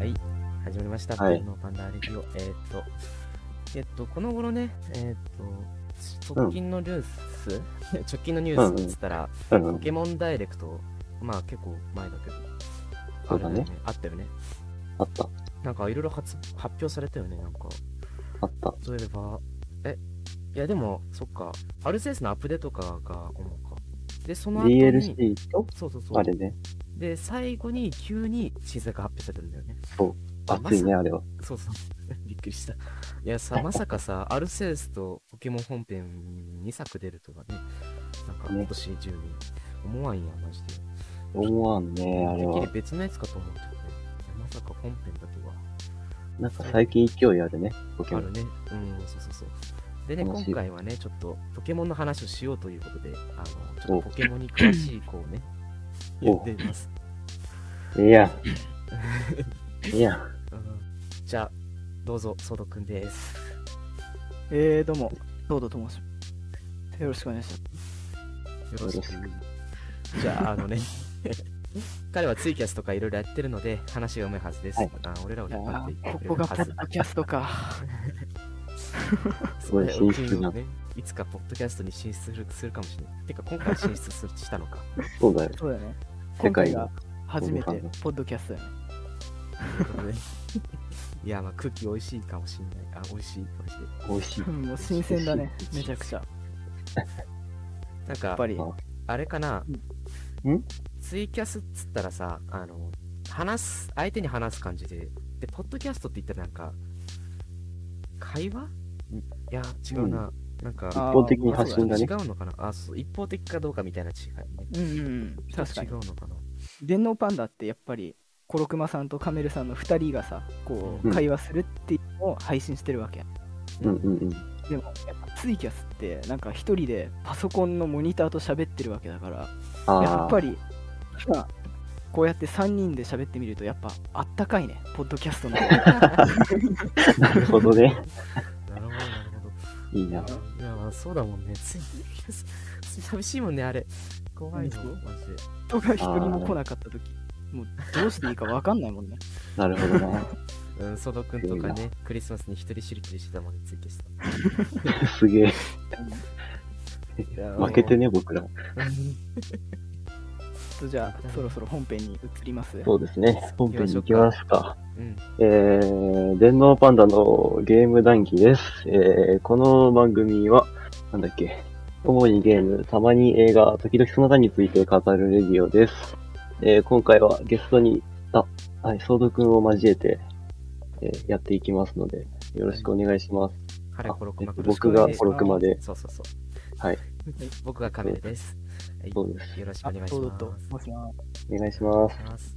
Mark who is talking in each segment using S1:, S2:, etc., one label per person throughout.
S1: はい、始まりました。
S2: はい
S1: のパンダレディオ。この頃ね、直近のニュース、直近のニュースっつったら、ポケモンダイレクト、まあ結構前だけど、
S2: そうだね。
S1: あったよね。
S2: あった。
S1: なんかいろいろ発表されたよね、なんか。
S2: あった。
S1: 例えば、いやでも、そっか、アルセウスのアップデートとかが主か。で、その後に、
S2: DLC と、
S1: そう。
S2: あれね。
S1: で、最後に急に新作が発表されてるんだよね。
S2: そう。熱いね、あれは。
S1: そう。びっくりした。いやさ、まさかさ、アルセウスとポケモン本編2作出るとかね。なんか今年中に。思わんや、マジで。
S2: 思わんね、あれは。
S1: てっきり別のやつかと思ったよね。まさか本編だとは。
S2: なんか最近勢いあるね、ポケモン。
S1: あるね。そう。でね、今回はね、ちょっとポケモンの話をしようということで、ちょっとポケモンに詳しい子をね、言っています。
S2: いや。
S1: じゃあ、どうぞ、ソードくんです。
S3: どうも、ソードと申します。よろしくお願いします。
S1: よろしく。じゃあ、彼はツイキャスとかいろいろやってるので、話がうまいはずです。
S2: はい、
S1: 俺らを引っ張っていく。
S3: ここがポッドキャストか。
S2: すごい進出だ
S1: ね。いつかポッドキャストに進出するかもしれない。てか、今回進出したのか。
S2: そうだよ。
S3: そうだね。今回が初めてポッドキャストやね。
S1: いや、まあ空気美味しいかもしれない。美味しい。
S2: 美味しい。
S3: もう新鮮だね、めちゃくちゃ。
S1: なんか、
S3: やっぱり
S1: あれかな。ツイキャスっつったらさ、相手に話す感じで、で、ポッドキャストって言ったらなんか、会話？いや、違うな。なんか、
S2: 一方的に発信だね。
S1: 違うのかな。そう、一方的かどうかみたいな違いね。
S3: 確かに。
S1: 違うのかな。
S3: 電脳パンダってやっぱり、コロクマさんとカメルさんの2人がさ、こう、会話するっていうのを配信してるわけ。でも、やっぱツイキャスって、なんか一人でパソコンのモニターと喋ってるわけだから、やっぱり、こうやって3人で喋ってみると、やっぱあったかいね、ポッドキャストの。
S2: なるほどね。
S1: なるほど。
S2: いいな。
S1: いや、そうだもんね。寂しいもんね、あれ。怖いの、マジで。
S3: 人が一人も来なかったとき、もうどうしていいか分かんないもんね。
S2: なるほどな。
S1: ソドくんとかね、クリスマスに一人しりきりしてたもんね、ツイキャス。
S2: すげえ。負けてね、僕ら。
S3: じゃあ、そろそろ本編に移ります。
S2: そうですね。本編に行きますか。
S1: 電
S2: 脳パンダのゲーム談義です。この番組は、なんだっけ、主にゲーム、たまに映画、時々その他について語るレディオです。今回はゲストに、ソードくんを交えて、やっていきますので、よろしくお願いします。僕がコロクマで。
S1: そう。
S2: はい。
S1: 僕がカメラです。
S2: そうです。
S1: よろしくお願いします。
S2: お願いします。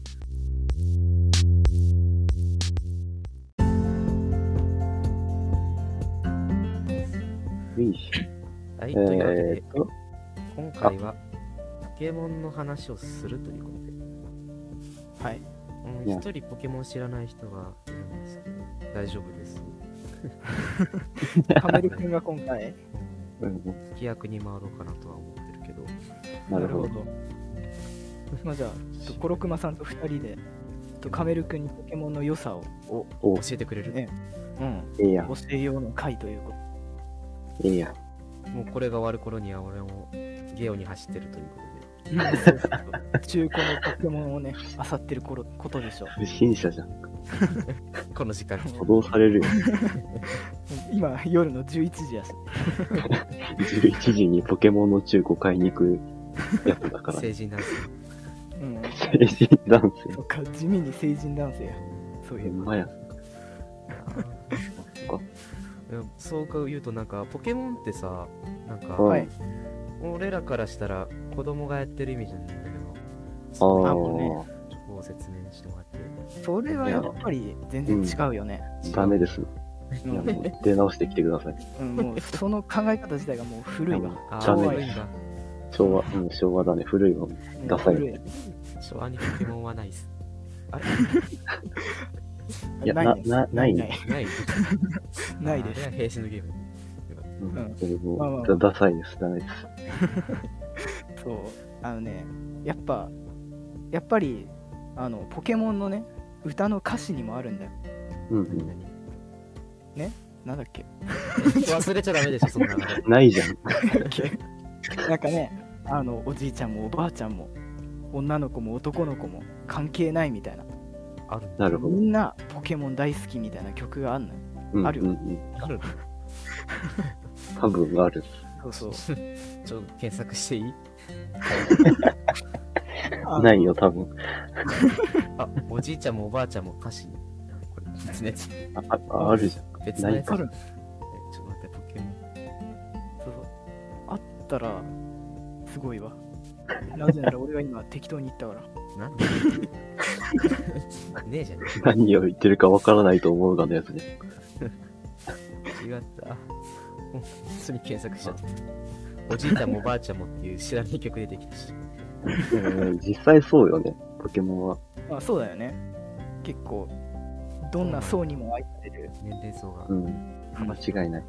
S1: はい、というわけで、今回はポケモンの話をするということで。はい。一人ポケモン知らない人がいるんですけど、大丈夫です。
S3: カメル君が今回、
S1: 規約に回ろうかなとは思ってるけど。
S2: なるほど。
S3: まあじゃあ、コロクマさんと2人で、カメル君にポケモンの良さを
S1: 教えてくれる
S3: ね。
S2: いいや。
S3: 教えようの回ということ。
S2: いいや。
S1: もうこれが終わる頃には俺もゲオに走ってるということで。
S3: 中古のポケモンをね、漁ってることでしょう。
S2: 不審者じゃん。
S1: この時間に。
S2: 補導されるよ。
S3: 今、夜の11時やし。
S2: 11時にポケモンの中古買いに行くやつだから。
S1: 成人男性。
S2: 成人男性。
S3: そっか、地味に成人男性や。そういう。
S2: まや。
S1: そうか言うとなんかポケモンってさ、なんか、俺らからしたら子供がやってる意味じゃないんだけど、
S3: も
S1: う説明してもらって。
S3: それはやっぱり全然違うよね。
S2: ダメです。出直してきてください。
S3: もうその考え方自体がもう古いわ。
S2: 昭和だね、古いわ。ダサい。
S1: 昭和にポケモンはないっす。あれ
S2: いや、ない。
S3: ない
S1: です。平成のゲー
S2: ム。ダサいです。ダメです。
S3: そう、やっぱりポケモンのね、 歌の歌詞にもあるんだよ。
S2: うんうん。
S3: なんだっけ
S1: 忘れちゃダメでしょ、その流れ。
S2: ないじゃん。
S3: なんかね、おじいちゃんもおばあちゃんも女の子も男の子も関係ないみたいな、
S1: ある。
S2: なるほど。
S3: みんなポケモン大好きみたいな曲があるのよ。
S2: うん
S3: あるよ
S2: うんうん。
S1: ある。
S2: 多分ある。
S3: そうそう。
S1: ちょっと検索していい？
S2: ないよ、多分。
S1: あ、おじいちゃんもおばあちゃんも歌詞に。これ、別のやつ。
S2: あるじゃん。
S1: 別のやつ。
S2: ないか
S3: ある。
S1: ちょっと待って、ポケモン。
S3: そうそう。あったらすごいわ。なぜなら俺は今適当に言ったから。
S1: なんでねえじゃね
S2: 何を言ってるかわからないと思うがのやつね。
S1: え。違った。もう普通に検索しちゃった。おじいちゃんもおばあちゃんもっていう知らない曲出てきたし。
S2: 実際そうよね、ポケモンは。
S3: まあそうだよね。結構どんな層にも愛される。
S1: 年齢層が
S2: うん。間違いない。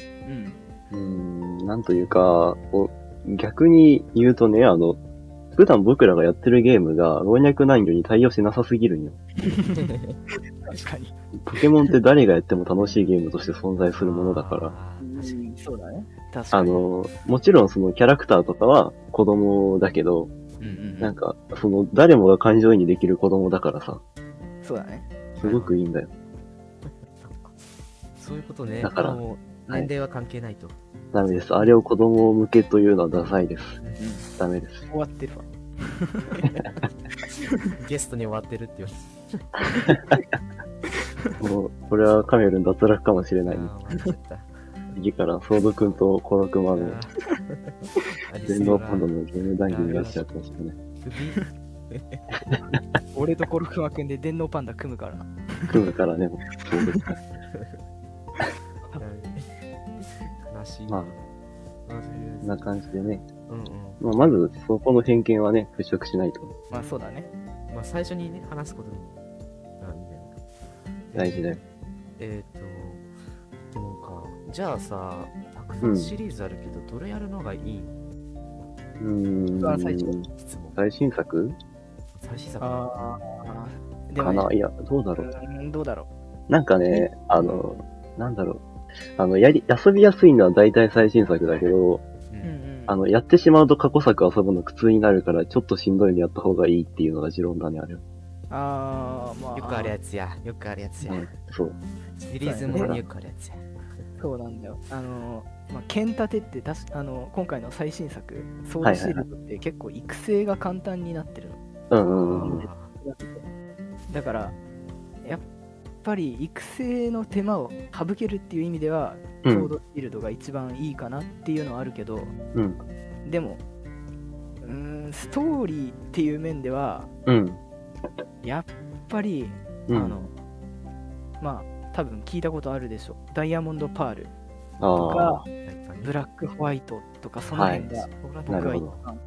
S3: うん。
S2: なんというか、逆に言うとね、普段僕らがやってるゲームが老若男女に対応しなさすぎるんよ。
S3: 確かに。
S2: ポケモンって誰がやっても楽しいゲームとして存在するものだから。
S1: あー確かに。
S3: そうだね。確かに。
S2: もちろんそのキャラクターとかは子供だけど、
S1: うんうん。
S2: なんか、誰もが感情移入できる子供だからさ、
S3: そうだね。
S2: すごくいいんだよ。
S1: そういうことね。
S2: だから
S1: もう年齢は関係ないと。
S2: ダメです。あれを子供向けというのはダサいです。
S3: うん。
S2: ダメです。
S3: 終わってるわ。
S1: ゲストに終わってるって言わ
S2: もう、これはカメルン脱落かもしれ
S1: れて。
S2: ないね。
S1: あー忘れちゃった。
S2: 次から、ソードくんとコロクマの
S1: あーありそう
S2: 電
S1: だ
S2: 動パンダのゲーム談義になっちゃうかもしれない。
S3: 俺とコロクマくんで電脳パンダ組むからな。
S2: 組むからね、もうそうです。
S1: 悲しい。
S2: まあ、
S1: あ
S2: こんな感じでね。
S1: うんうん。
S2: まず、そこの偏見はね、払拭しないと
S3: まあそうだね。
S1: まあ最初にね、話すことに。あ、いいんだよ。
S2: 大事だよ。
S1: でもか。じゃあさ、たくさんシリーズあるけど、どれやるのがいい？
S3: 一番最初
S1: 質問。
S2: 最新作
S1: 最新作。
S3: ああ。でもね、
S2: かないや、どうだろう。
S3: どうだろ
S2: なんかね、なんだろう。遊びやすいのは大体最新作だけど、
S1: う
S3: う。
S1: ん。
S2: やってしまうと過去作遊ぶの苦痛になるから、ちょっとしんどいのやった方がいいっていうのが持論だね、あれは。
S3: ああ、まあ。
S1: よくあるやつや。よくあるやつや。
S2: そう。
S1: シリーズものによくあるやつや。
S3: そうなんだよ。まあ、剣立てって今回の最新作、ソードシールドって結構育成が簡単になってるの。
S2: うん。
S3: だから、やっぱり育成の手間を省けるっていう意味では、ソードシールドが一番いいかなっていうのはあるけど、でも、ストーリーっていう面では、やっぱり、まあ、多分聞いたことあるでしょ。ダイヤモンドパールとか、ブラックホワイトとか、その辺が、僕は一番、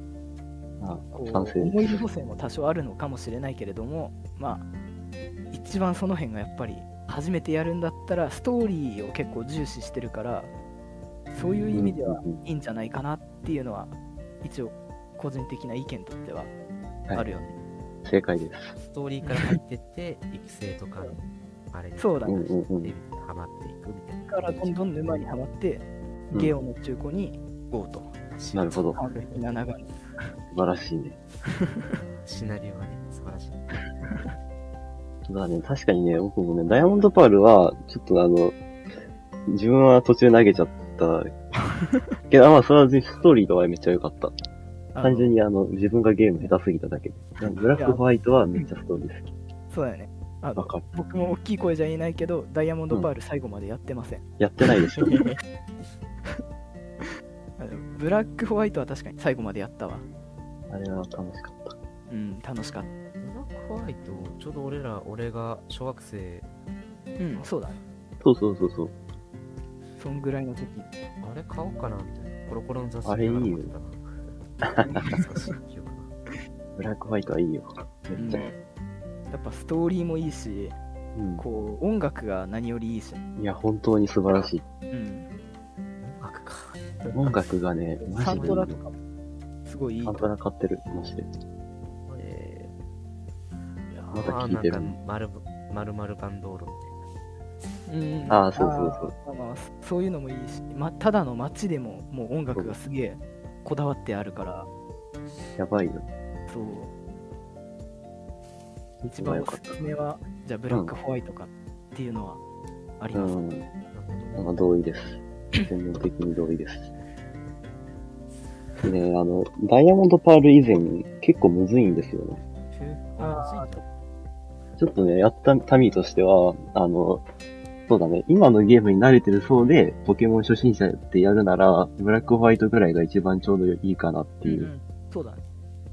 S3: 思い出補正も多少あるのかもしれないけれども、まあ、一番その辺がやっぱり、初めてやるんだったら、ストーリーを結構重視してるから、そういう意味ではいいんじゃないかなっていうのは、一応、個人的な意見としてはあるよね。
S2: 正解です。
S1: ストーリーから入ってって、育成とか、あれ
S3: そうだね。
S1: ハマっていくみたいな。
S3: からどんどん沼にはまって、ゲオの中古にゴーと。
S2: なるほど。
S3: 完璧な流れ。
S2: 素晴らしいね。
S1: シナリオがね、素晴らしい。
S2: そうだね、確かにね、僕もね、ダイヤモンドパールは、ちょっと自分は途中投げちゃったけど、まあ、それはストーリーとはめっちゃ良かった。単純に自分がゲーム下手すぎただけで。ブラックホワイトはめっちゃストーリー好き。
S3: そうだよね。
S2: わかる。
S3: 僕も大きい声じゃ言えないけど、ダイヤモンドパール最後までやってません。
S2: やってないでしょ。
S3: ブラックホワイトは確かに最後までやったわ。
S2: あれは楽しかった。
S3: うん、楽しかった。
S1: ブラックホワイト、ちょうど俺が小学生。
S3: うん、そうだね。
S2: そう。
S3: そんぐらいの時。
S1: あれ買おうかなみたいな。コロコロの雑誌
S2: あれいいよ。ブラックホワイトはいいよ。めっちゃ。
S3: やっぱストーリーもいいし、こう音楽が何よりいいし。
S2: いや、本当に素晴らしい。
S1: 音楽か。
S2: 音楽がね、マジでいい。
S3: サントラとかすごいいい。
S2: サントラ買ってる、マジで。またった聞いてる。
S1: 丸々バンドーロみ
S3: うん。
S2: ああ、そうそうそう。
S3: まあ、そういうのもいいし、ただの街でももう音楽がすげえこだわってあるから、
S2: やばいよ。
S3: そう。一番おすすめは、じゃあブラックホワイトかっていうのはあります。
S2: なんか同意です。全面的に同意です。ね、ダイヤモンドパール以前結構むずいんですよね。ちょっとね、やった民としては、そうだね、今のゲームに慣れてるそうで、ポケモン初心者ってやるなら、ブラックホワイトぐらいが一番ちょうどいいかなっていう。
S3: そうだね。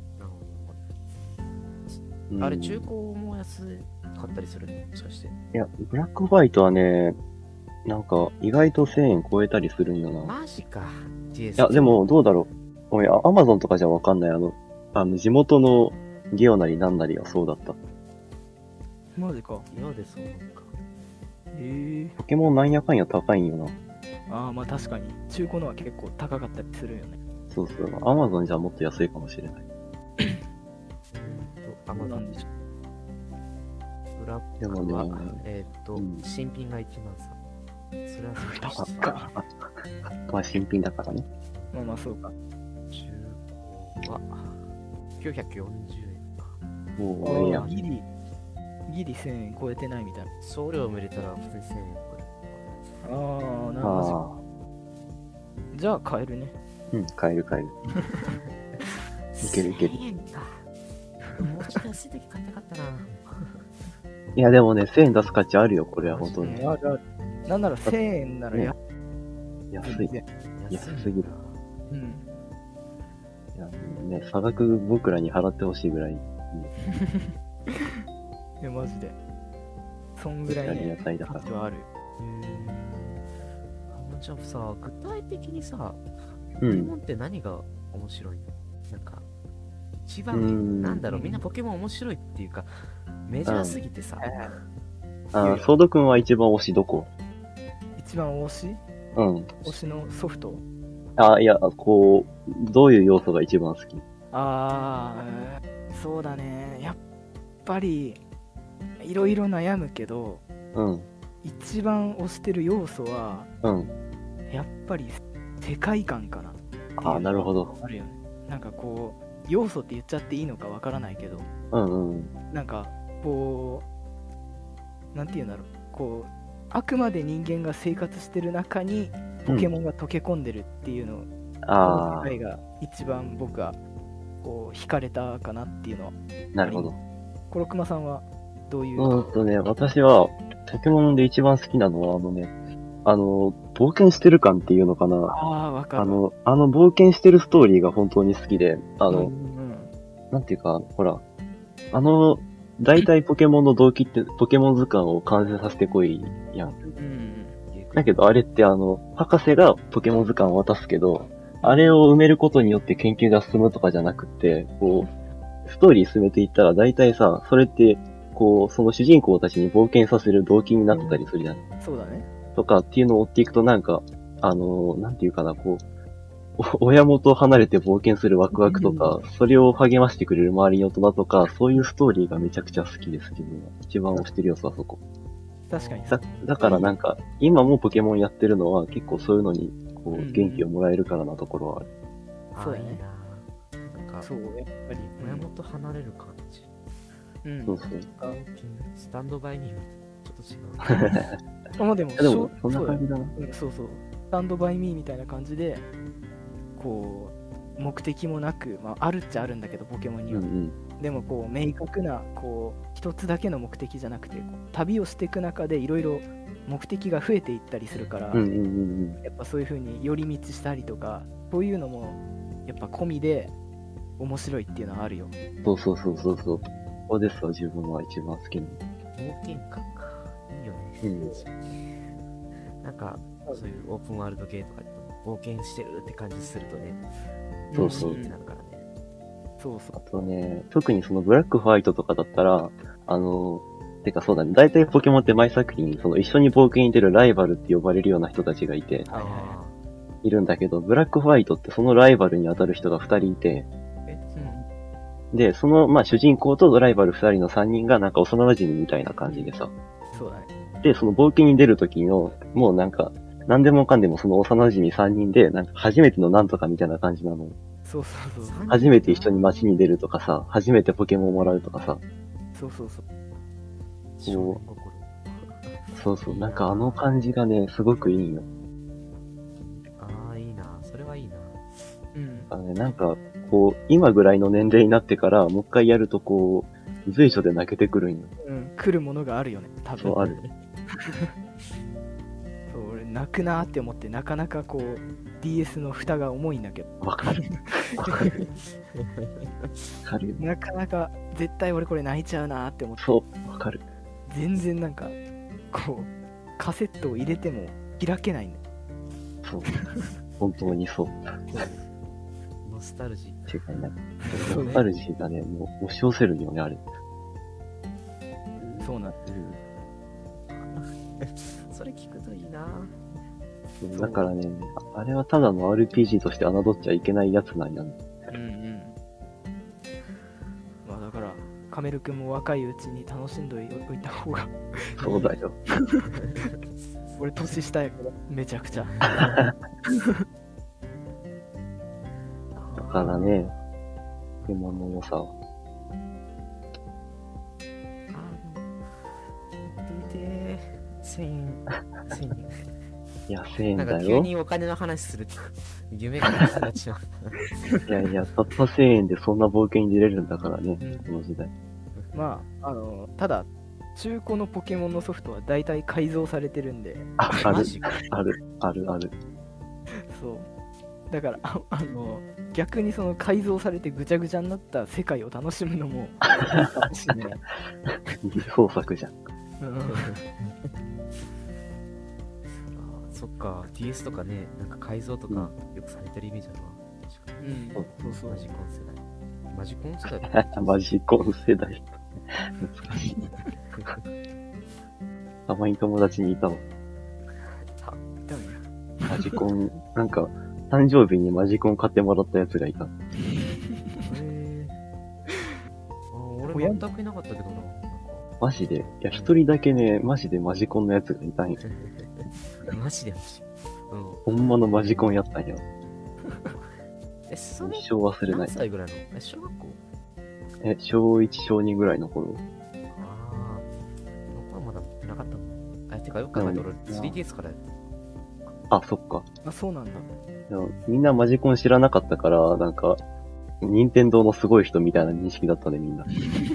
S1: あれ、中古も安かったりするのもしかして。
S2: いや、ブラックホワイトはね、なんか、意外と1000円超えたりするんよな。
S1: マジか。
S2: いや、でも、どうだろう。おい、アマゾンとかじゃわかんない。地元のゲオなりなんなりはそうだった。
S3: マジか。
S1: 今でそうなのか。
S2: ポケモンなんやかんや高いんよな。
S3: ああ、まあ確かに。中古のは結構高かったりするよね。
S2: そうそう。アマゾンじゃもっと安いかもしれない。
S1: アマゾンでしょ。ブラックは、新品が1万さ。それはそうか。
S2: まあ新品だからね。
S3: まあそうか。
S1: 中古は940円か。
S2: もういいやん。
S3: ギリ1000円超えてないみたいな。
S1: 送料も入れたら普通に1000円超える。
S3: ああ、なるほど。じゃあ買えるね。
S2: うん、買える。いける。
S1: 1000円か。もうちょっと安い時買ってかったな。
S2: いやでもね、1000円出す価値あるよ、これは本当に。
S3: ある。なんなら1000円なら安
S2: い。安すぎる。
S3: うん。
S2: いやね、差額僕らに払ってほしいぐらい。い
S3: や、マジで。そんぐらいね、
S2: 価値
S3: はある。
S1: じゃあさ、具体的にさ、ポケモンって何が面白いの？なんか、一番、なんだろう、みんなポケモン面白いっていうか、メジャーすぎてさ。
S2: ソードくんは一番推しどこ？
S3: 一番推し？推しのソフト？
S2: いや、こう、どういう要素が一番好き？
S3: そうだね。やっぱり、いろいろ悩むけど、一番推してる要素は、やっぱり世界観かな。
S2: なるほど。
S3: あるよね。なんかこう、要素って言っちゃっていいのかわからないけど、なんかこう、なんていうんだろう、こう、あくまで人間が生活してる中にポケモンが溶け込んでるっていうの、この世界が一番僕はこう惹かれたかなっていうのは。
S2: なるほど。
S3: コロクマさんはどういう？
S2: 私はポケモンで一番好きなのは冒険してる感っていうのかな。
S3: わかる。
S2: 冒険してるストーリーが本当に好きで、なんていうか、ほら、大体ポケモンの動機ってポケモン図鑑を完成させてこいやん。だけどあれって博士がポケモン図鑑を渡すけど、あれを埋めることによって研究が進むとかじゃなくって、こう、ストーリー進めていったら大体さ、それって、こう、その主人公たちに冒険させる動機になってたりするじゃん。
S3: そうだね。
S2: とかっていうのを追っていくとなんか、なんていうかな、こう、親元を離れて冒険するワクワクとか、それを励ましてくれる周りの大人とか、そういうストーリーがめちゃくちゃ好きです、自分は。一番推してる要素はそこ。
S3: 確かに。
S2: だからなんか、今もポケモンやってるのは結構そういうのに、こう、元気をもらえるからなところはある。
S3: そうだね。
S1: なんか、そう、やっぱり親元離れる感じ。
S2: そうそう。
S1: スタンドバイミーはちょっと違う。
S3: でも
S2: そんな感じだな。
S3: そう。スタンドバイミーみたいな感じで、こう目的もなく、あるっちゃあるんだけどポケモンには、でもこう明確なこう一つだけの目的じゃなくて、旅をしていく中でいろいろ目的が増えていったりするから、やっぱそういう風に寄り道したりとか、そういうのもやっぱ込みで面白いっていうのはあるよ。
S2: そう。ここですよ、自分は一番好きなの。
S1: 冒険感か。いいよね。なんかそういうオープンワールド系とか冒険してるって感じするとね、
S2: そう
S1: ってなるからね。
S2: あとね、特にそのブラックホワイトとかだったら、てかそうだね、大体ポケモンって毎作品、その一緒に冒険に出るライバルって呼ばれるような人たちがいて、いるんだけど、ブラックホワイトってそのライバルに当たる人が2人いて、 で、その、まあ、主人公とドライバル2人の3人がなんか幼馴染みたいな感じでさ。
S3: そうだね。
S2: で、その冒険に出る時の、もうなんか、何でもかんでもその幼馴染み3人で、なんか初めてのなんとかみたいな感じなの。
S3: そうそうそう。
S2: 初めて一緒に街に出るとかさ、初めてポケモンもらうとかさ。
S3: そうそうそう。
S1: 少年心。
S2: そうそう、なんかあの感じがね、すごくいいよ。
S1: ああ、いいな。それはいいな。
S2: なんか、こう、今ぐらいの年齢になってから、もう一回やるとこう、随所で泣けてくるんよ。
S3: 来るものがあるよね、多分。
S2: そう、ある。
S3: そう、俺泣くなーって思って、なかなかこう、DS の蓋が重いんだけど。
S2: わかる。わかる。わかるよ。
S3: なかなか、絶対俺これ泣いちゃうなーって思って。
S2: そう、わかる。
S3: 全然なんか、こう、カセットを入れても開けないんだよ。
S2: そう。本当にそう。
S1: ノスタルジー。
S2: 違いない。ノスタルジーがね、もう押し寄せるよね、あれ。
S3: そうなんだ。
S1: それ聞くといいな。
S2: だからね、あれはただの RPG として侮っちゃいけないやつなんやね。
S3: まあだから、カメル君も若いうちに楽しんどいた方が。
S2: そうだよ。
S3: 俺年下やけど、めちゃくちゃ。
S2: だからね、ポケモンの良さを。
S1: で、1000円。1000円。
S2: いや、1000円だよ。
S1: なんか急にお金の話すると、夢がなくなっちゃう。
S2: いやいや、たった1000円でそんな冒険に出れるんだからね、この時代。
S3: まあ、ただ、中古のポケモンのソフトは大体改造されてるんで。
S2: ある、ある。
S3: そう。だから、逆にその改造されてぐちゃぐちゃになった世界を楽しむのもいいかもしれない。
S2: 二創作じゃん。
S1: そっか、DS とかね、なんか改造とかよくされてるイメージあるわ。
S3: そう。
S1: マジコン世代。マジコン世代
S2: マジコン世代。難しい。たまに友達にいたの。マジコン、なんか、誕生日にマジコン買ってもらったやつがいた。
S1: 俺全くいなかったけどな。
S2: マジで。いや、一人だけね、マジでマジコンのやつがいたんよ。
S1: マジで
S2: ほんまのマジコンやったんよ。一生忘れない。
S1: 何歳ぐらいの小学校
S2: 小1、小2ぐらいの頃。
S1: ああ、僕はまだなかったの。てかよく考えて俺 3DS からやった。
S2: あ、そっか。
S3: あ、そうなんだ。
S2: みんなマジコン知らなかったから、なんか、任天堂のすごい人みたいな認識だったね、みんな。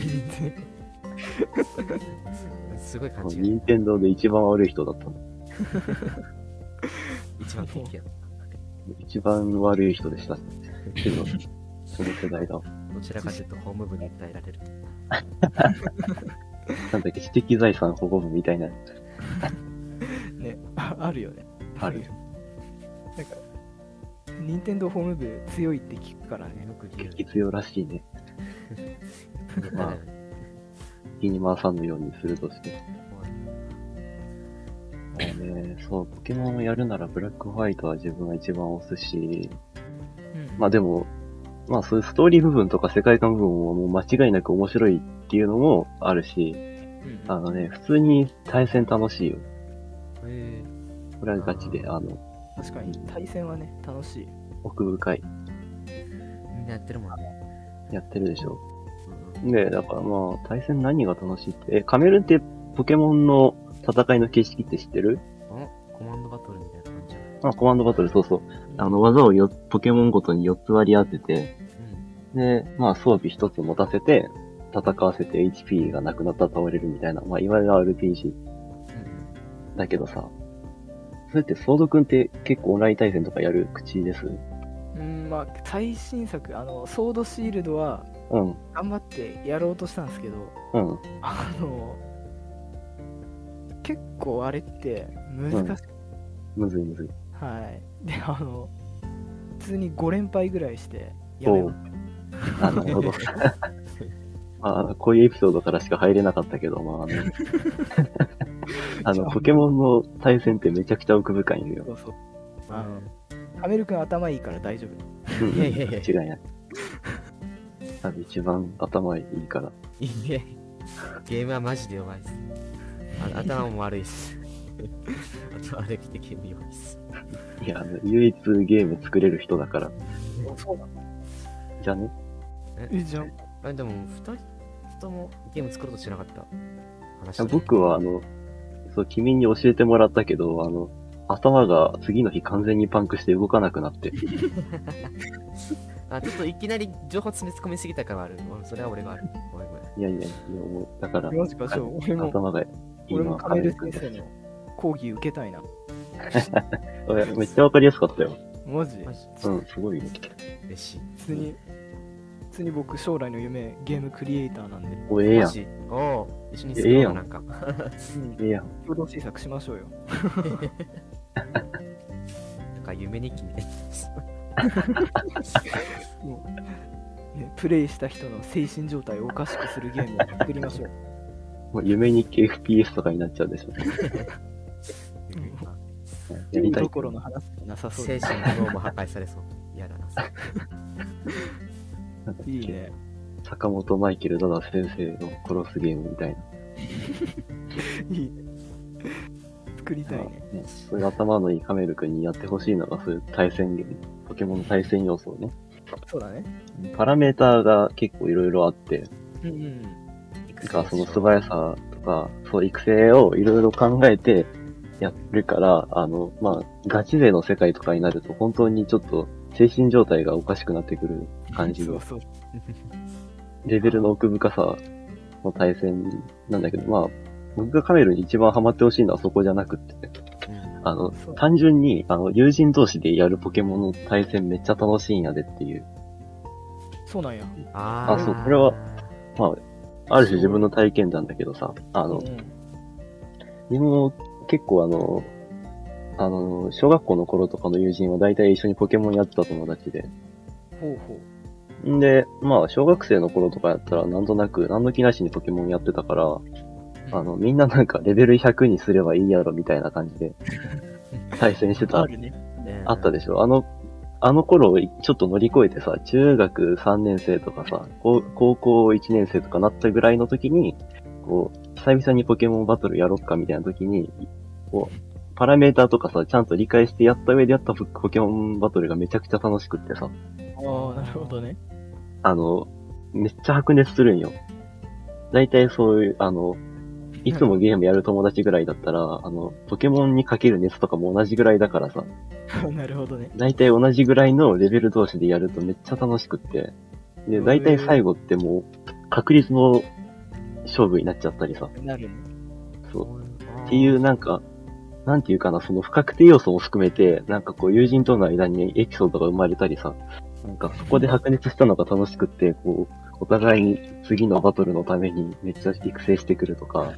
S1: すごい感じ。
S2: 任天堂で一番悪い人だったの。
S1: 一番敵や。
S2: 一番悪い人でした。けど、その世代だ。
S1: どちらかというとホーム部に訴えられる。
S2: なんだっけ、知的財産保護部みたいな。
S3: ね、あるよね。
S2: ある。
S3: なんか、任天堂ホーム部強いって聞くからね。
S1: よく聞く。
S2: 敵強らしいね。まあ、気に回さんのようにするとして。そう、ポケモンをやるならブラックホワイトは自分が一番押すし、まあでも、まあそういうストーリー部分とか世界観部分ももう間違いなく面白いっていうのもあるし、普通に対戦楽しいよ。これはガチで、
S3: 確かに対戦はね、楽しい。
S2: 奥深い。
S1: みんなやってるもんね。
S2: やってるでしょ。で、だからまあ、対戦何が楽しいって、カメルってポケモンの戦いの形式って知ってる？
S1: コマンドバトルみたいな感じ。
S2: コマンドバトル、そうそう。技をポケモンごとに4つ割り当てて、で、まあ装備1つ持たせて、戦わせて HP がなくなったら倒れるみたいな、まあいわゆる RPG。だけどさ、それってソードくんって結構オンライン対戦とかやる口です？
S3: まあ最新作、ソードシールドは、頑張ってやろうとしたんですけど、結構あれって難しい。
S2: むずい。
S3: はい。で、普通に5連敗ぐらいしてやめました。
S2: なるほど。こういうエピソードからしか入れなかったけど、ポケモンの対戦ってめちゃくちゃ奥深いんよ。
S3: そう。カメル君頭いいから大丈夫。
S2: いや、違いない。 多分一番頭いいから。
S1: いいね。ゲームはマジで弱いっす。頭も悪いっす。頭悪くてゲーム弱いっす。
S2: いや、唯一ゲーム作れる人だから。
S3: そうなの？
S2: じゃね？
S3: じゃん。
S1: でも、二人ともゲーム作ろうとしなかった
S2: 話。僕はそう、君に教えてもらったけど、頭が次の日完全にパンクして動かなくなって。
S1: ちょっといきなり情報詰め込みすぎたからある。それは俺がある。ごめんごめん。
S2: いや、もう、だから、
S3: マジか、
S2: 頭がいいのは
S3: カメル先生の講義受けたいな。
S2: めっちゃわかりやすかったよ。
S3: マジ？
S2: うん、すごいね。
S1: 嬉しい。
S3: 普通に僕、将来の夢、ゲームクリエイターなんで。
S2: お、ええやん。
S1: 一緒に作ろうなんか。
S2: ええやん。
S3: 共同制作しましょうよ。
S1: なんか夢日記みたいな。
S3: プレイした人の精神状態をおかしくするゲームを作りましょう。
S2: もう夢日記 FPS とかになっちゃうでしょ。
S3: やりたいところの話がなさそう
S1: 精神の脳も破壊されそう。嫌だな。
S3: いいね。
S2: 坂本マイケル・ダダ先生の殺すゲームみたいな。
S3: いいね。作りたいね。
S2: そういう頭のいいカメル君にやってほしいのが、そういう対戦ゲーム、ポケモンの対戦要素をね。
S3: そうだね。
S2: パラメーターが結構いろいろあって、
S3: うん
S2: その素早さとか、そう育成をいろいろ考えてやるから、ガチ勢の世界とかになると本当にちょっと精神状態がおかしくなってくる感じの。
S3: そう。
S2: レベルの奥深さの対戦なんだけど、僕がカメルに一番ハマってほしいのはそこじゃなくって、単純に、友人同士でやるポケモンの対戦めっちゃ楽しいんやでっていう。
S3: そうなんや。
S2: そう、これは、ある種自分の体験談だけどさ、自分も結構小学校の頃とかの友人は大体一緒にポケモンやってた友達で。んで、小学生の頃とかやったらなんとなく何の気なしにポケモンやってたから、みんななんかレベル100にすればいいやろみたいな感じで対戦してた。あったでしょ。あの頃ちょっと乗り越えてさ、中学3年生とかさ、高校1年生とかなったぐらいの時に、久々にポケモンバトルやろっかみたいな時に、パラメーターとかさ、ちゃんと理解してやった上でやったポケモンバトルがめちゃくちゃ楽しくってさ。
S3: なるほどね。
S2: めっちゃ白熱するんよ。だいたいそういう、いつもゲームやる友達ぐらいだったら、ポケモンにかける熱とかも同じぐらいだからさ。
S3: なるほどね。
S2: だいたい同じぐらいのレベル同士でやるとめっちゃ楽しくって。で、だいたい最後ってもう、確率の勝負になっちゃったりさ。
S3: なるね。
S2: そう。っていうなんていうかな、その不確定要素も含めて、友人との間にエピソードが生まれたりさ、そこで白熱したのが楽しくって、お互いに次のバトルのためにめっちゃ育成してくるとか、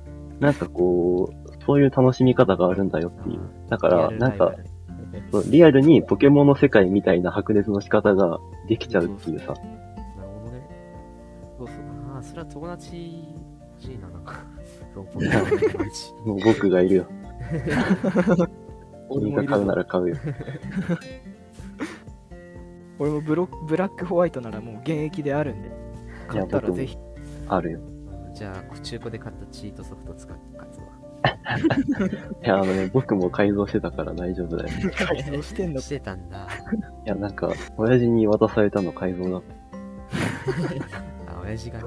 S2: そういう楽しみ方があるんだよっていう。だから、リアルにポケモンの世界みたいな白熱の仕方ができちゃうっていうさ。
S1: なるほどね。それは友達欲しいな、なんか。
S2: もう僕がいるよ。君が買うなら買うよ。
S3: 俺もブラックホワイトならもう現役であるんで、買ったらぜひ。
S2: あるよ。
S1: じゃあ、中古で買ったチートソフト使って勝つわ。
S2: いや、僕も改造してたから大丈夫だよ。
S3: 改造してんの？
S1: してたんだ。
S2: いや、親父に渡されたの改造だった。
S1: 親父がね。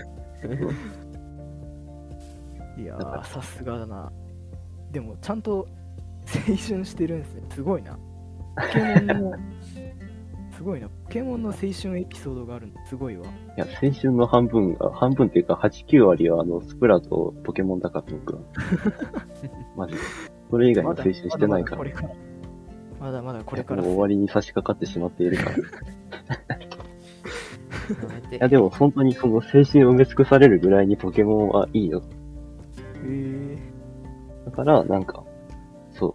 S3: いやー、さすがだな。でも、ちゃんと青春してるんですね。すごいな。ポケモンの、すごいな。ポケモンの青春エピソードがあるの、すごいわ。い
S2: や、青春の半分っていうか、8、9割はスプラとポケモンだから、僕は。マジで。それ以外の青春してないから。
S3: まだまだこれから。
S2: もう終わりに差し掛かってしまっているから。いや、でも本当にその青春埋め尽くされるぐらいにポケモンはいいよ。だから、そう。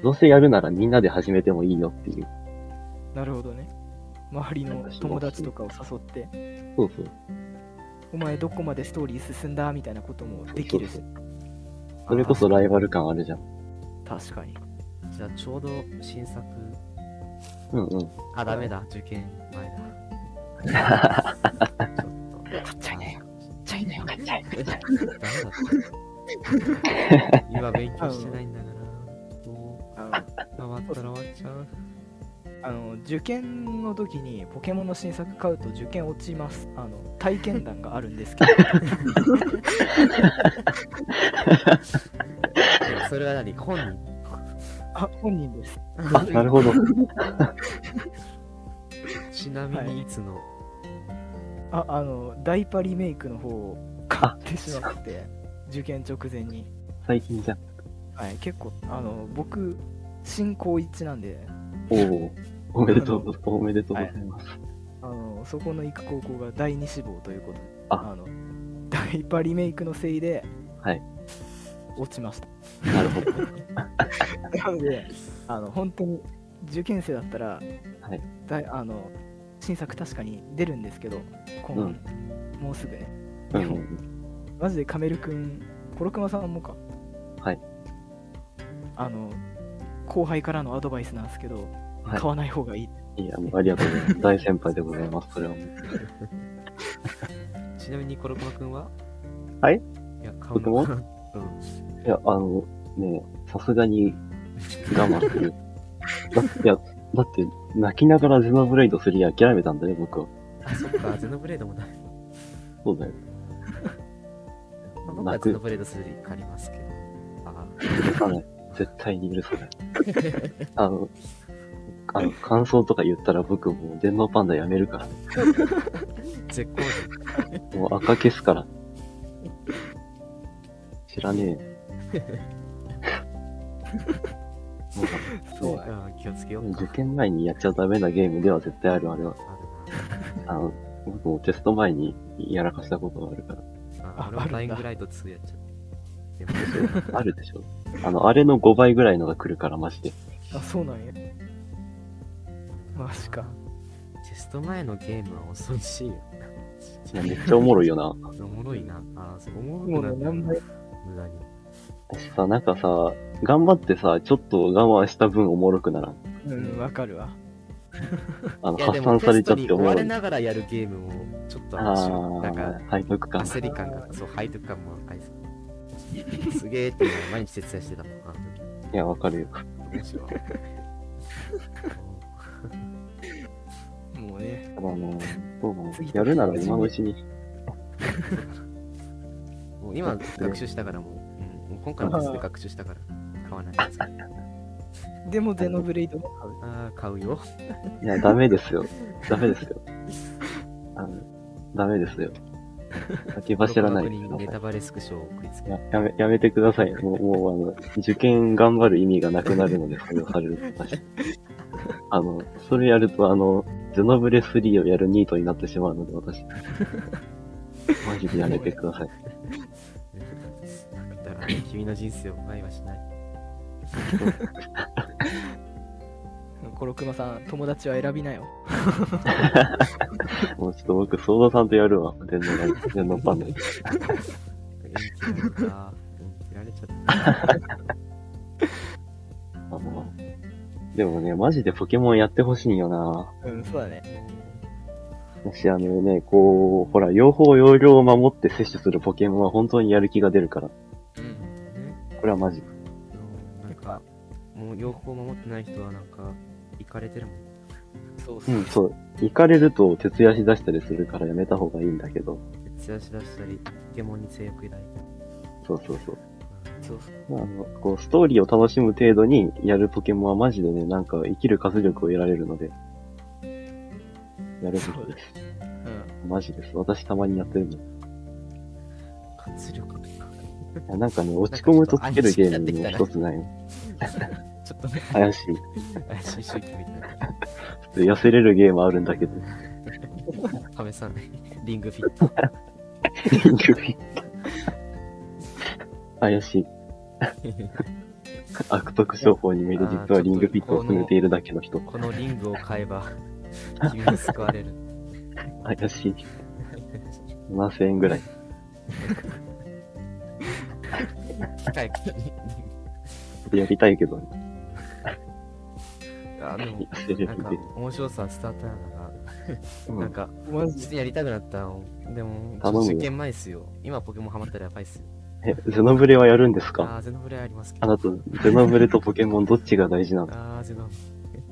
S2: どうせやるならみんなで始めてもいいよっていう。
S3: なるほどね。周りの友達とかを誘って。
S2: そう。
S3: お前どこまでストーリー進んだみたいなこともできるし。
S2: それこそライバル感あるじゃん。
S3: 確かに。
S1: じゃあちょうど新作。
S2: うん。
S1: ダメだ。受験前だ。 買
S3: っちゃいなよ。買っちゃいなよ。買っちゃい。
S1: ダメだった。今勉強してないんだから。もう、終わったら終わっちゃう。
S3: 受験の時にポケモンの新作買うと受験落ちます。体験談があるんですけど。
S1: それは何？本人？
S3: 本人です。
S2: なるほど。
S1: ちなみにいつの？
S3: ダイパリメイクの方を買ってしまって、受験直前に。
S2: 最近じゃん。
S3: はい、結構、僕、新高1なんで。
S2: おめでとうございます。
S3: そこの行く高校が第2志望ということで、
S2: ダ
S3: イパリメイクのせいで、
S2: はい。
S3: 落ちました。
S2: なるほど。
S3: なので、本当に受験生だったら、
S2: はい。
S3: 新作確かに出るんですけど、もうすぐね。
S2: で
S3: も、マジでカメルくん、コロクマさんもか。
S2: はい。
S3: 後輩からのアドバイスなんですけど、買わない方がいい。
S2: いや、もうありがとうございます。大先輩でございます、それはもう。
S1: ちなみにコロクマくんは？
S2: はい？
S1: いや、買うの？
S2: 僕も？いや、ね、さすがに我慢する。だって、泣きながらゼノブレイド3諦めたんだよ、僕は。
S1: そっか、ゼノブレイドもない。
S2: そうだよ。
S1: 僕はゼノブレイド3借りますけど。
S2: 許さない。絶対に許さない。感想とか言ったら僕もう電脳パンダやめるから。
S1: 絶好
S2: 調。もう赤消すから。知らねえ。
S1: そう、気をつけよう。
S2: 受験前にやっちゃダメなゲームでは絶対ある、あれは。僕もテスト前にやらかしたことがあるから。
S1: 俺はライングライド2やっちゃって。
S2: あるでしょ。あれの5倍ぐらいのが来るから、マジで。
S3: そうなんや。マジか。
S1: テスト前のゲームは恐ろしいよ。
S2: いや、めっちゃおもろいよな。
S1: おもろいな。そう、おもろくなる。無駄に。
S2: さ、なんかさ、頑張ってさ、ちょっと我慢した分おもろくならん。
S3: わかるわ。
S2: 発散されちゃって
S1: 思われながらやるゲームも、ちょっとなんか、
S2: 背徳感。
S1: 焦り感が、そう、背徳感もありそう。すげーって毎日徹夜してたもん。
S2: いや、わかるよ。
S3: もうね。
S2: やるなら今のうちに。
S1: もう今学習したからもう今回のテストで学習したから買わないです。
S3: でもゼノブレイドも
S1: 買うよ。
S2: いや、ダメですよ。ダメですよ。ダメですよ。先走らないでください。
S1: ネタバレスクショを送りつけ。
S2: やめてください。もう受験頑張る意味がなくなるので、それをされると。それやると、ゼノブレ3をやるニートになってしまうので、私。マジでやめてください。
S1: だから、君の人生を奪いはしない。
S3: コロクマさん、友達は選びなよ。
S2: もうちょっと僕、ソードさんとやるわ。電脳パンダ。
S1: 切られちゃった。
S2: でもね、マジでポケモンやってほしいよな。
S3: そうだね。
S2: 私ほら、用法用量を守って摂取するポケモンは本当にやる気が出るから。これはマジ。
S1: なんか、もう用法を守ってない人はなんか、イカれてるもん。
S2: そう。イカれると徹夜しだしたりするからやめた方がいいんだけど。
S1: 徹夜しだしたり、ポケモンに性欲抱いたり。
S2: そう。ストーリーを楽しむ程度にやるポケモンはマジでね、なんか生きる活力を得られるので。やるべきです。マジです。私たまにやってるの。
S1: 活力
S2: なんかね、落ち込むとつけるゲームの一つないの。
S1: ちょっとね。
S2: 怪しい
S1: 周期みたいな。
S2: 痩せれるゲームあるんだけど。
S1: 亀さん、リングフィット。
S2: リングフィット。怪しい。悪徳商法に見る実はリングフィットを進めているだけの人。
S1: このリングを買えば、君に救われる。
S2: 怪しい。7000円ぐらい。
S1: 機械
S2: やりたいけどね。
S1: でも、なんか面白さ伝わったのが、 なんか、
S3: マジ
S1: 普通にやりたくなったの。でも、
S2: 頼むよ
S1: 受験前っすよ。今ポケモンハマったらやばいっすよ。
S2: ゼノブレはやるんですか？
S1: あー、ゼノブレありますけど。
S2: あなた、ゼノブレとポケモンどっちが大事なの？
S1: あー、ゼノブ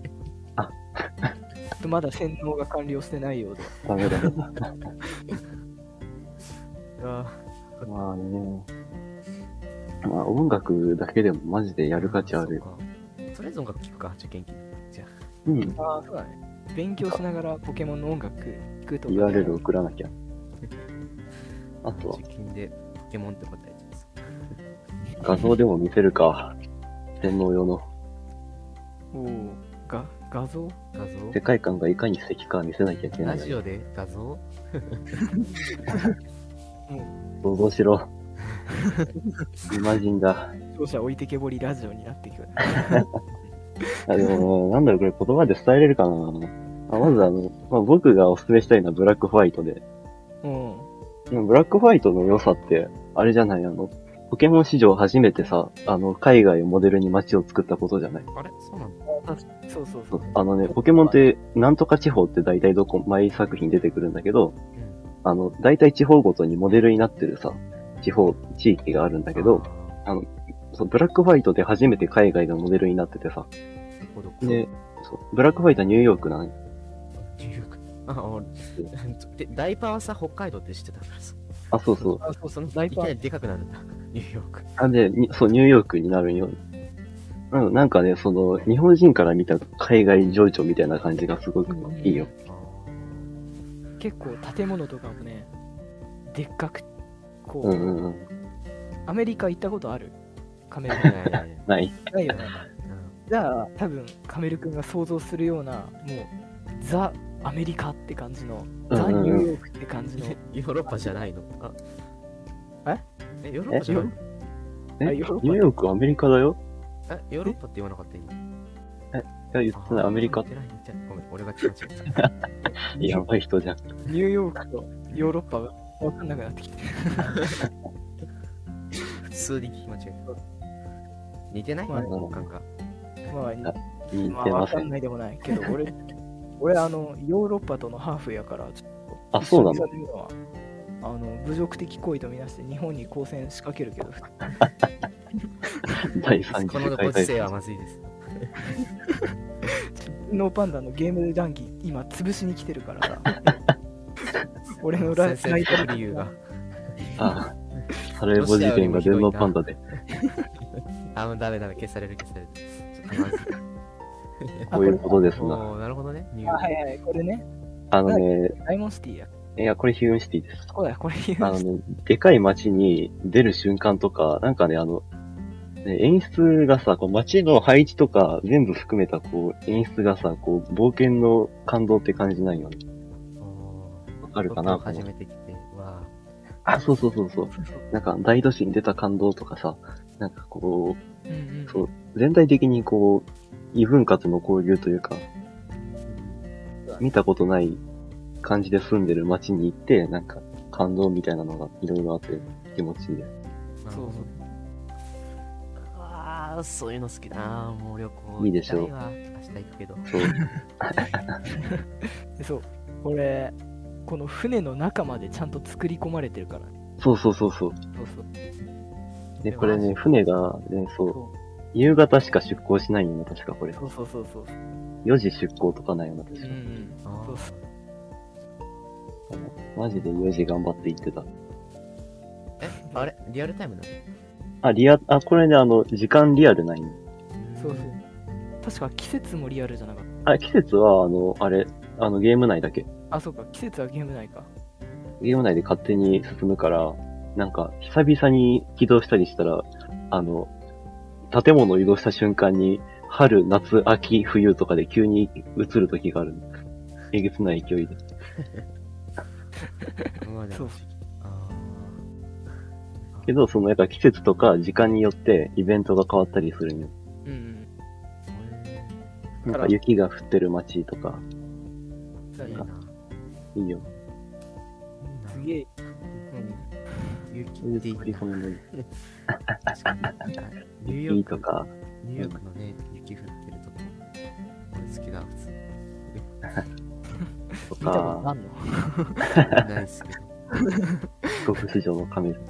S3: まだ洗脳が完了してないようで。
S2: ダメだ。
S1: レ。
S2: まあね。まあ音楽だけでもマジでやる価値あるよ。
S1: とりあえず音楽聴くか、受験期。じゃあ。
S2: うん。
S3: ああ、そうだね。勉強しながらポケモンの音楽聴くとか、ね。
S2: URL 送らなきゃ。あとは
S1: 受験でポケモンって答えちゃいます。
S2: 画像でも見せるか。洗脳用の。
S3: おお、画像
S1: 画像
S2: 世界観がいかに素敵か見せなきゃいけない。
S1: ラジオで画像
S2: 想像しろ。イマジンだ。
S3: 聴者置いてけぼりラジオになってくる。
S2: あ、でも、なんだろう、これ言葉で伝えれるかな。まず僕がおすすめしたいのはブラックホワイトで。
S3: うん。
S2: ブラックホワイトの良さって、あれじゃない、ポケモン史上初めてさ、海外をモデルに街を作ったことじゃない。
S1: あれそうなんだ。
S3: そうそう
S2: そ
S3: そうう。
S2: ポケモンって、なんとか地方って大体毎作品出てくるんだけど、大体地方ごとにモデルになってるさ、地域があるんだけど、ブラックホワイトで初めて海外がモデルになっててさ、で、ブラックホワイトはニューヨークなの。
S1: ニューヨーク。で、ダイパーはさ、北海道って知ってたからさ。
S2: あ、そうそう。
S3: あ、そう
S1: その、
S3: ダイパー
S1: いきなりでかくなるんだ。ニューヨーク。
S2: で、そう、ニューヨークになるよ。なんかね、日本人から見た海外情緒みたいな感じがすごくいいよ。
S3: 結構建物とかもね、でっかく、こう、
S2: うんうんうん。
S3: アメリカ行ったことある？カメル
S1: いやいやいや
S2: ない。
S3: ないよね。じゃあ、多分カメル君が想像するような、もう、ザ・アメリカって感じの、ザ・
S2: うんうんうん
S3: ニューヨークって感じの、
S1: ヨーロッパじゃないの？ヨーロッ
S3: え
S1: パじゃないの？
S2: ニ
S3: ヨーロッパ
S2: ューヨークアメリカだよ。
S1: ヨーロッパって言わなかった今。
S2: いや、言ってない、アメリカ。
S1: 言ってない言ってないごめん、俺が違った。
S2: やばい人じゃん。
S3: ニューヨークとヨーロッパが分かんなくなってきて。
S1: 普通に聞き間違えた。似てない？
S3: まあ
S1: 感覚。
S3: まあ、
S2: 似
S3: まあ、
S2: てません。
S3: 分かんないでもないけど、俺、ヨーロッパとのハーフやから、ちょっと、
S2: あ、そうなの？
S3: 久々に見るのは侮辱的行為とみなして日本に交戦仕掛けるけど、
S2: 第3
S1: このご時世はまずいです。
S3: ノーパンダのゲーム談義、今、潰しに来てるからさ。俺のライ
S1: 先
S3: タ
S1: 生の理由が。
S2: あ、サレーボ事件が電脳パンダで。
S1: もうダメ消される。ちょっとまずい。
S2: こういうことですな。
S1: おー、なるほどね。ニューヨーク
S3: はいはい、これね、ダイモンシティや。
S2: いや、これヒューンシティです。
S3: そうだよ、これ言う。
S2: でかい街に出る瞬間とか、なんかね、演出がさ、街の配置とか全部含めた演出がさ、冒険の感動って感じないよね。わかるかな？
S1: 初めて来て、わ
S2: あ、そう。なんか大都市に出た感動とかさ、なんかそう全体的に異文化との交流というか、見たことない感じで住んでる街に行って、なんか感動みたいなのがいろいろあって気持ちいいです。
S3: そう。
S1: そういうの好きだな。もう旅行
S2: いいでしょう。
S1: 明日行くけど。
S3: そう。これ、この船の中までちゃんと作り込まれてるからね。
S2: そう。で、これね、船がね、夕方しか出港しないよね、確かこれ。
S3: そう。
S2: 4時出港とかないよな、確か。マジで4時頑張って行ってた。
S1: あれリアルタイムなの？
S2: これね、時間リアルないの。
S3: そう。確か季節もリアルじゃなかった。
S2: 季節は、ゲーム内だけ。
S3: あ、そうか、季節はゲーム内か。
S2: ゲーム内で勝手に進むから、なんか、久々に起動したりしたら、建物を移動した瞬間に、春、夏、秋、冬とかで急に映る時がある。えげつない勢いで。
S3: そう。
S2: けど、やっぱ季節とか時間によってイベントが変わったりするんよ。なんか雪が降ってる街とか。いいよ。
S3: すげえ。
S1: 雪っていい。
S2: 振り込みのいい。
S1: ニューヨーク
S2: とか。
S1: ニューヨークのね、雪降ってるとこ。俺好きだ、普通。
S2: と
S3: 見たこと
S2: か、
S3: あんの？
S1: ないっすけど。
S2: 帰国子女のカメル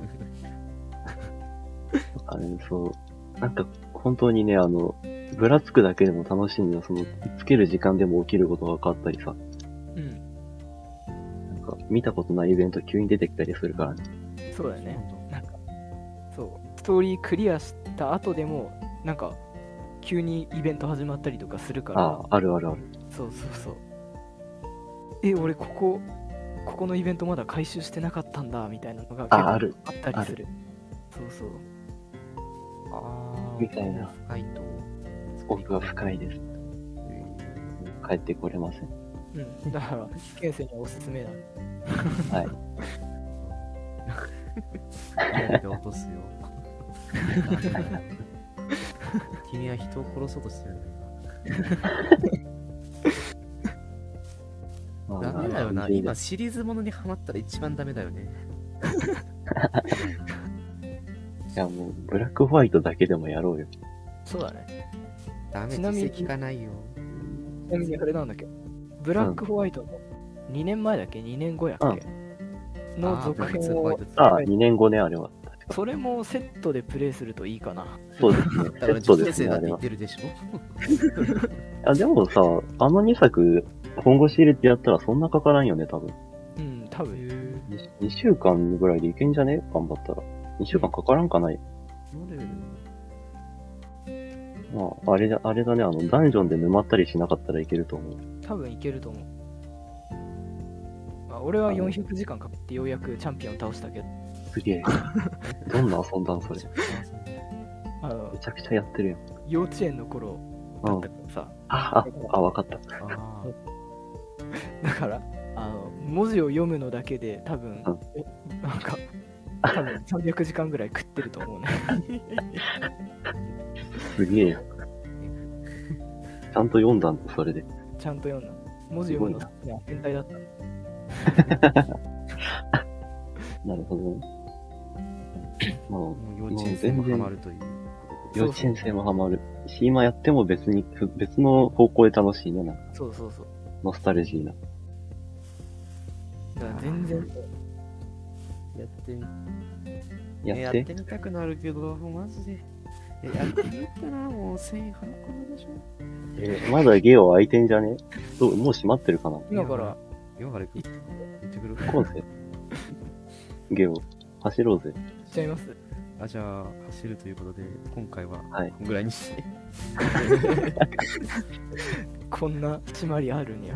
S2: とかね、そう。なんか、本当にね、ぶらつくだけでも楽しいのよ。つける時間でも起きることが変わったりさ。
S3: うん。
S2: なんか、見たことないイベント急に出てきたりするからね。
S3: そうだよね。なんか、そう。ストーリークリアした後でも、なんか、急にイベント始まったりとかするから。
S2: ああ、あるあるある。
S3: そうそうそう。俺ここのイベントまだ回収してなかったんだ、みたいなのが結構
S2: ある。
S3: あったりする。そうそう。
S2: みたいな。
S1: 深いと。
S2: 奥が深いです。帰ってこれません。
S3: うん。だから、被験生にはおすすめだ。
S2: はい。
S1: やめて落とすよ。君は人を殺そうとしてるんだよ。ダメだよな。今シリーズものにハマったら一番ダメだよね。
S2: いやもう、ブラックホワイトだけでもやろうよ。
S3: そうだね。
S1: ダメ、
S3: ちなみに
S1: 実績がないよ。
S3: ちなみにあれなんだっけ、ブラックホワイトの2年前だっけ ?2 年後やっけ、の続編を。
S2: 2年後ね、あれは。
S3: それもセットでプレイするといいかな。
S2: そうですね。セットですね、あれは。でもさ、あの2作、本腰入れてやったらそんなかからんよね、多分。
S3: うん、多分。
S2: 2週間ぐらいでいけんじゃね頑張ったら。2週間かからんかない。まあ、あれだね、ダンジョンで沼ったりしなかったらいけると思う。
S3: 多分いけると思う。俺は400時間かかってようやくチャンピオン倒したけど。
S2: すげえ。どんな遊んだんそれ。めちゃくちゃやってるよ。
S3: 幼稚園の頃だったからさ。
S2: わかった。
S3: だから、文字を読むのだけで多分、なんか、多分300時間ぐらい食ってると思うね。
S2: すげえよ。ちゃんと読んだんだ、それで。
S3: ちゃんと読んだ。文字読むの好きな変態だった。
S2: なるほどね。も
S1: う幼稚園生もハマるという。
S2: 幼稚園生もハマるし、今やっても別の方向で楽しいね、なんか。
S3: そうそうそう。
S2: ノスタルジーな。
S3: だから全然。
S1: やってみたくなるけど、マジで。やってみたらもう1000円払うでしょ。
S2: まだゲオ開いてんじゃね？もう閉まってるかな？
S3: 今から
S1: 行ってくる。
S2: 行こうぜ。ゲオ、走ろうぜ。
S3: しちゃいます。
S1: じゃあ、走るということで、今回は、
S2: はい。
S1: こんぐらいにして。
S3: こんな締まりあるんや。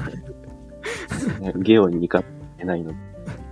S2: ゲオに行かないの。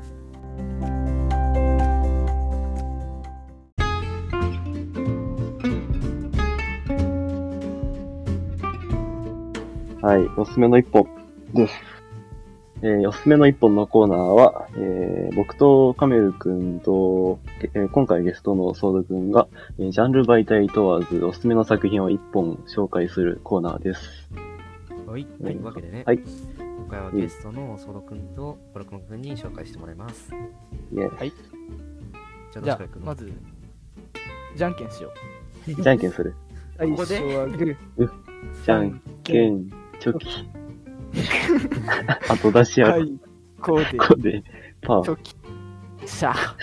S2: はい、おすすめの一本です。おすすめの一本のコーナーは、僕とカメル君と、今回ゲストのソード君が、ジャンル媒体問わずおすすめの作品を一本紹介するコーナーです。
S1: はい、というわけでね、
S2: はい、
S1: 今回はゲストのソード君とコロクマ君に紹介してもらいます。
S3: はい。じゃあ、まず、じゃんけんしよ
S2: う。じゃんけんする。
S3: 最初はグー。
S2: じゃんけん、チョキ。あと出し合う。
S3: こうで、
S2: パー。
S3: チョキ。シャー。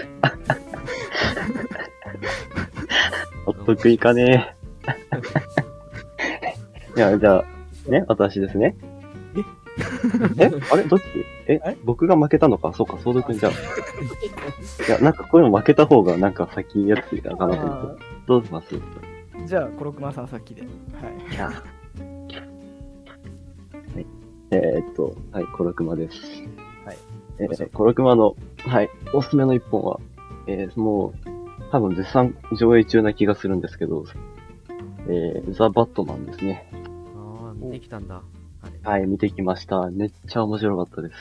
S2: お得意かねいや、じゃあ、ね、私ですね。あれどっち僕が負けたのかそうか、ソードくんじゃん。いや、なんかこういうの負けた方がなんか先やつかなと思って。どうします？
S3: じゃあ、コロクマさん先で。はい。
S2: はい、コロクマです。
S3: はい。
S2: コロクマの、はい、おすすめの一本は、もう、多分絶賛上映中な気がするんですけど、ザ・バットマンですね。
S1: 見てきたんだ。
S2: はい、見てきました。めっちゃ面白かったです。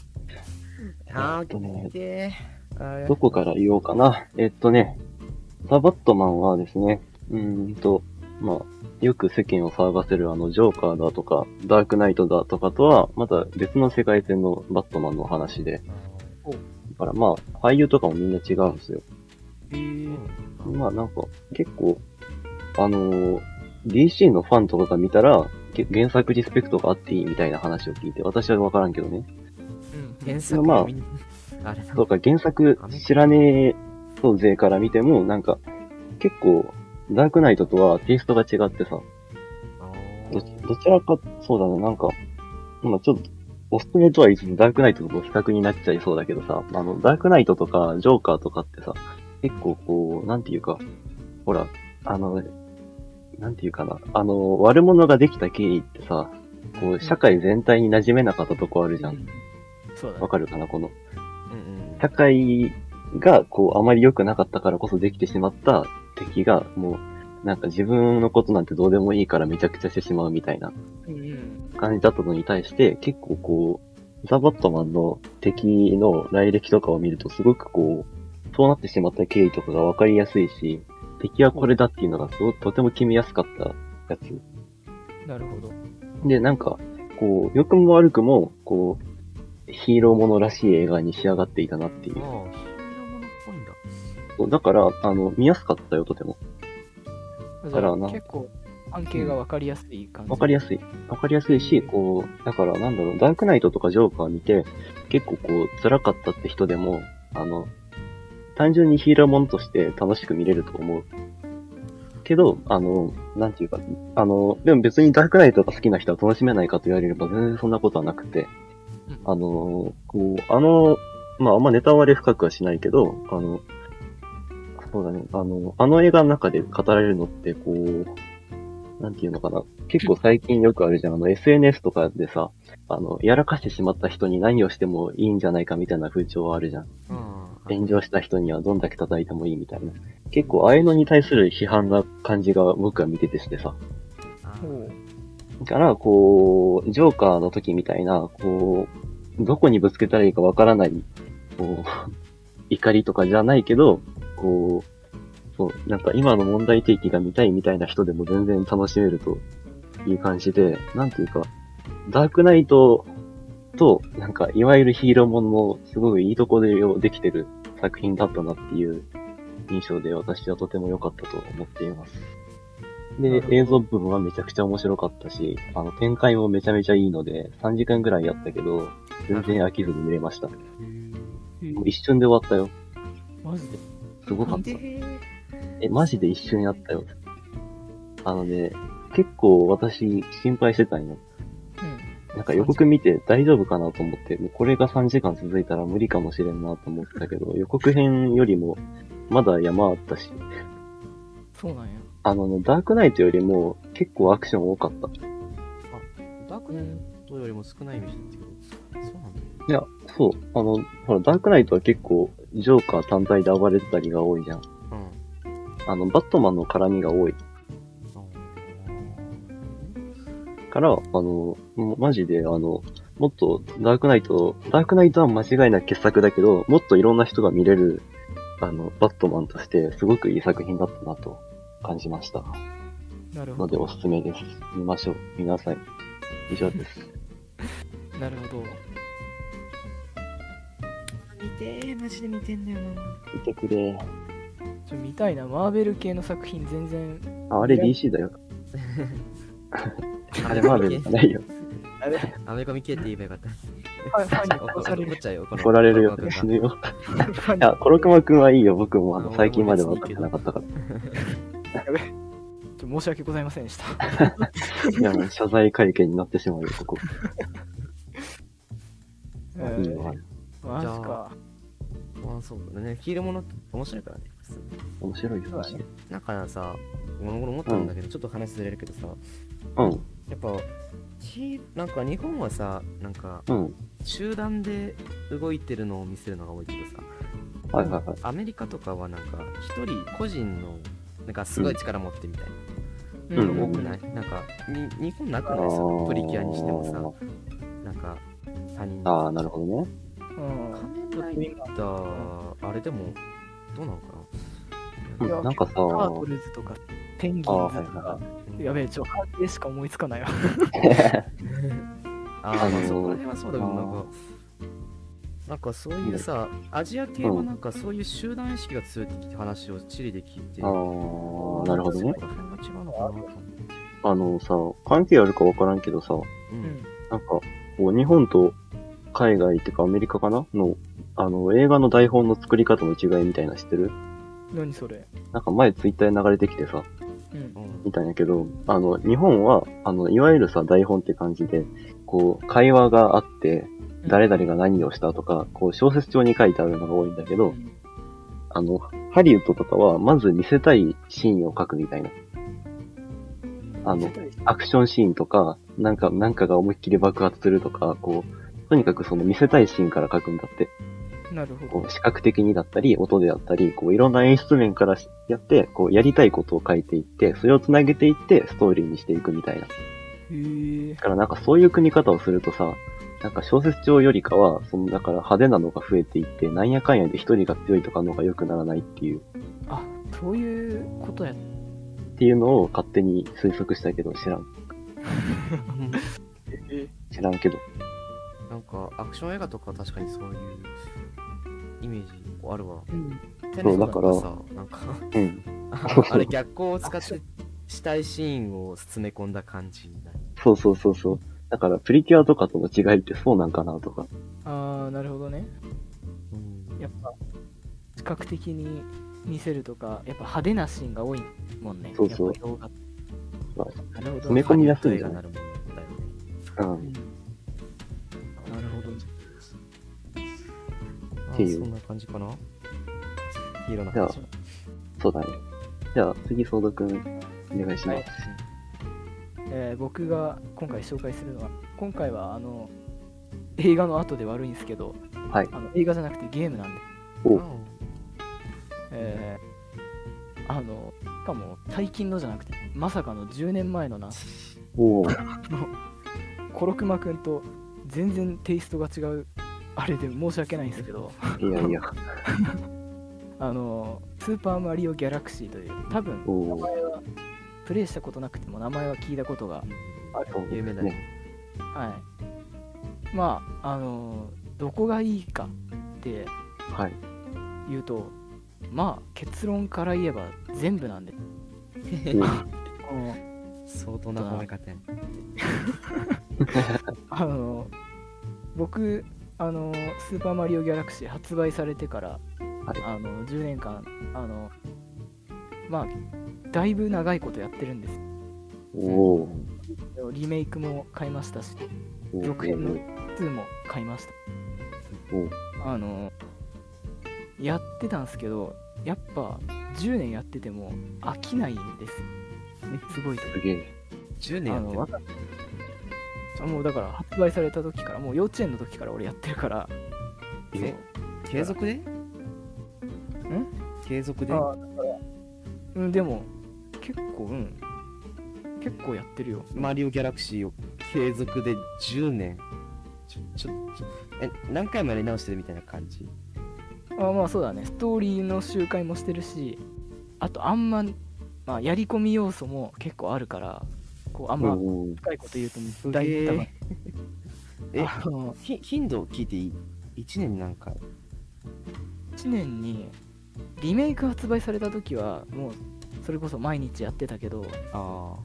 S2: どこから言おうかな。ザ・バットマンはですね、まあ、よく世間を騒がせるジョーカーだとか、ダークナイトだとかとは、また別の世界線のバットマンの話で。だからまあ、俳優とかもみんな違うんですよ。まあなんか、結構、DC のファンとかが見たら、 原作リスペクトがあっていいみたいな話を聞いて、私はわからんけどね。
S1: 原作
S2: まあ
S1: 見にあれ
S2: そうか、原作知らねえと勢から見ても、なんか、結構、ダークナイトとはテイストが違ってさ、どちらか、そうだね、なんか、まあちょっと、おすすめとは言いつつ、ダークナイトと比較になっちゃいそうだけどさ、ダークナイトとか、ジョーカーとかってさ、結構こう、なんていうか、ほら、なんていうかな、悪者ができた経緯ってさ、こう、社会全体に馴染めなかったとこあるじゃん。
S3: そうだね。
S2: わかるかな、この。
S1: うんうん。
S2: 社会が、こう、あまり良くなかったからこそできてしまった敵が、もう、なんか自分のことなんてどうでもいいからめちゃくちゃしてしまうみたいな感じだったのに対して、結構こう、ザ・バットマンの敵の来歴とかを見るとすごくこう、そうなってしまった経緯とかがわかりやすいし、敵はこれだっていうのがとても決めやすかったやつ。
S3: なるほど。
S2: で、なんか、こう、良くも悪くも、こう、ヒーローものらしい映画に仕上がっていたなっていう。
S1: ああ、ヒーローものっぽいんだ。
S2: そうだから、見やすかったよ、とても。
S3: だから結構、関係が分かりやすい感じ。
S2: わかりやすい。わかりやすいし、こう、だからなんだろう、ダークナイトとかジョーカー見て、結構こう、辛かったって人でも、単純にヒーローものとして楽しく見れると思う。けど、なんていうか、でも別にダークナイトが好きな人は楽しめないかと言われれば全然そんなことはなくて、こう、まあ、あんまネタバレ深くはしないけど、そうだね、映画の中で語られるのって、こう、なんていうのかな、結構最近よくあるじゃん、SNS とかでさ、やらかしてしまった人に何をしてもいいんじゃないかみたいな風潮はあるじゃん。炎上した人にはどんだけ叩いてもいいみたいな。結構、ああいうのに対する批判な感じが僕は見ててしてさ。だから、こう、ジョーカーの時みたいな、こう、どこにぶつけたらいいかわからない、こう、怒りとかじゃないけど、こう、そう、なんか今の問題提起が見たいみたいな人でも全然楽しめるという感じで、なんていうか、ダークナイトと、なんか、いわゆるヒーローもののすごいいいとこでできてる作品だったなっていう印象で私はとても良かったと思っています。で、映像部分はめちゃくちゃ面白かったし、展開もめちゃめちゃいいので、3時間ぐらいやったけど、全然飽きずに見れました。もう一瞬で終わったよ。
S3: マジです
S2: ごかった。マジで一瞬やったよ。結構私心配してたんよ。なんか予告見て大丈夫かなと思って、もうこれが3時間続いたら無理かもしれんなと思ってたけど、予告編よりもまだ山あったし。
S3: そうなんや。
S2: ダークナイトよりも結構アクション多かった。
S1: ダークナイトよりも少ないイメージってことそうなんだ。
S2: いや、そう。ほら、ダークナイトは結構、ジョーカー単体で暴れてたりが多いじゃん。バットマンの絡みが多い。から、マジで、もっと、ダークナイトは間違いなく傑作だけど、もっといろんな人が見れる、バットマンとして、すごくいい作品だったなと感じました。
S3: なるほど。
S2: ので、おすすめです。見ましょう。見なさい。以上です。
S3: なるほど。
S1: 見てー、マジで見てんだよな。
S2: 見てくれ。
S3: 見たいな。マーベル系の作品全然。
S2: あれ DC だよ。あれマーベルじゃないよ。
S1: アメコミ系って言えばよかった。
S3: ファンに殺される。
S2: 怒られるよ。死ぬよ。いや、コロクマくんはいいよ。僕も最近まで分かってなかったから。
S3: やべ。申し訳ございませんでした。
S2: いや、もう謝罪会見になってしまうよ、ここ。いいわ。
S3: マジか。
S1: まあそうだね。ヒーローものって面白いからね。
S2: 面白いよね。
S1: だからさ、思ったんだけど、ちょっと話ずれるけどさ、やっぱ、なんか日本はさ、なんか、集団で動いてるのを見せるのが多いけどさ、アメリカとかはなんか、一人個人の、なんかすごい力持ってみたいな、多くない？なんか、日本なくないさ、プリキュアにしてもさ、なんか、他人
S2: ああ、なるほどね。
S1: 仮面ライダー、あれでも、どうなのかな？
S2: なんかさ、
S3: タートルズとか、ペンギンズとか、やべえ、判定しか思いつかないわ。
S1: そこら辺はそうだけど、なんかそういうさ、アジア系はなんかそういう集団意識が強いって話をチリで聞いて、
S2: なるほどね。
S1: そこら辺が違うのかなと思って。
S2: さ、関係あるかわからんけどさ、
S1: うん
S2: なんか、こう、日本と海外ってかアメリカかなの、映画の台本の作り方の違いみたいなの知ってる？
S3: 何それ？
S2: なんか前ツイッターで流れてきてさ、
S3: うん。
S1: うん
S2: みたいんやけど、日本は、いわゆるさ、台本って感じで、こう、会話があって、誰々が何をしたとか、こう、小説帳に書いてあるのが多いんだけど、ハリウッドとかは、まず見せたいシーンを書くみたいな。アクションシーンとか、なんかが思いっきり爆発するとか、こう、とにかくその見せたいシーンから書くんだって。
S3: なるほど。
S2: こう視覚的にだったり、音であったり、こういろんな演出面からやって、こうやりたいことを書いていって、それを繋げていってストーリーにしていくみたいな。
S3: へえ。
S2: だからなんかそういう組み方をするとさ、なんか小説帳よりかは、だから派手なのが増えていって、なんやかんやで一人が強いとかのが良くならないっていう。
S3: あ、そういうことや。
S2: っていうのを勝手に推測したけど知らん。知らんけど。
S1: なんかアクション映画とか確かにそういうイメージあるわ。
S2: そうだから
S1: さ、なんか
S2: うん。
S1: あれ逆光を使ってしたいシーンを詰め込んだ感じになる。
S2: そう。だからプリキュアとかとの違いってそうなんかなとか。
S3: ああ、なるほどね。やっぱ視覚的に見せるとか、やっぱ派手なシーンが多いもんね。
S2: そう。
S3: やっぱ動画。
S2: まあ
S3: なるほど。
S2: 詰め込みやすいんじゃない？
S1: なるものだよね。
S2: うん。
S3: なるほど。
S2: っていう
S1: そんな感じかな。ヒーローの
S2: じゃあ
S1: 話は。
S2: そうだね。じゃあ次、ソードくん、お願いします。
S3: 僕が今回紹介するのは、今回は映画の後で悪いんですけど、
S2: はい。
S3: 映画じゃなくてゲームなんで、
S2: お
S3: しかも最近のじゃなくて、まさかの10年前のな、
S2: お
S3: コロクマくんと全然テイストが違う、あれで申し訳ないんですけど、
S2: いや。
S3: スーパーマリオギャラクシーという、多分、名
S2: お
S3: 前はプレイしたことなくても名前は聞いたことがある。
S1: 有名だね。
S3: はい。まあ、どこがいいかって
S2: はい。
S3: 言うと、まあ、結論から言えば全部なんで。
S1: 相当な褒め方やね。
S3: 僕、スーパーマリオギャラクシー発売されてから、
S2: はい、
S3: 10年間、まあ、だいぶ長いことやってるんです。
S2: お
S3: リメイクも買いましたし、続編の2も買いました。やってたんですけど、やっぱ10年やってても飽きないんです。すごいと。
S2: すげえ。
S1: 10年やってる。
S3: もうだから発売された時から、もう幼稚園の時から俺やってるから。
S1: 継続で？継続で？
S3: でも結構やってるよ。
S1: マリオギャラクシーを継続で10年。何回もやり直してるみたいな感じ？
S3: まあそうだね。ストーリーの周回もしてるし、あとまあ、やり込み要素も結構あるから、こうあんま深いこと言うと大体
S1: 頻度聞いていい？1年に何回
S3: ？1年にリメイク発売された時はもうそれこそ毎日やってたけど、ま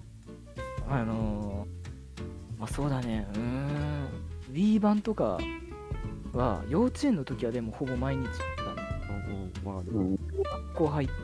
S3: あそうだね、Wii 版とかは幼稚園の時はでもほぼ毎日やったね。小学校入って、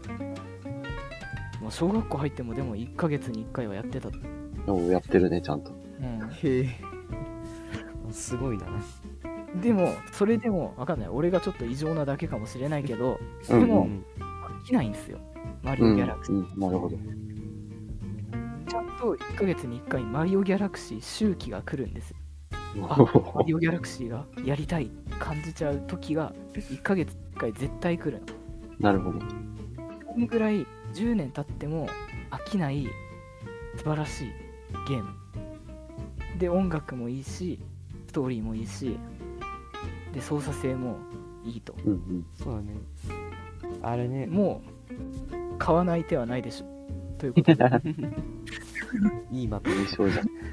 S3: 小学校入ってもでも1ヶ月に1回はやってた。
S2: やってるね、ちゃんと。
S1: へえ。すごいな。
S3: でも、それでもわかんない。俺がちょっと異常なだけかもしれないけど、でも、飽きないんですよ。マリオギャラクシー。
S2: なるほど。
S3: ちゃんと1ヶ月に1回マリオギャラクシー周期が来るんですよ。マリオギャラクシーがやりたい感じちゃう時が1ヶ月1回絶対来るの。
S2: なるほど。
S3: このぐらい10年経っても飽きない素晴らしいゲームで、音楽もいいしストーリーもいいしで操作性もいいと。
S1: そうだね。あれね、
S3: もう買わない手はないでしょということで
S1: いいまとめ。
S2: じゃん。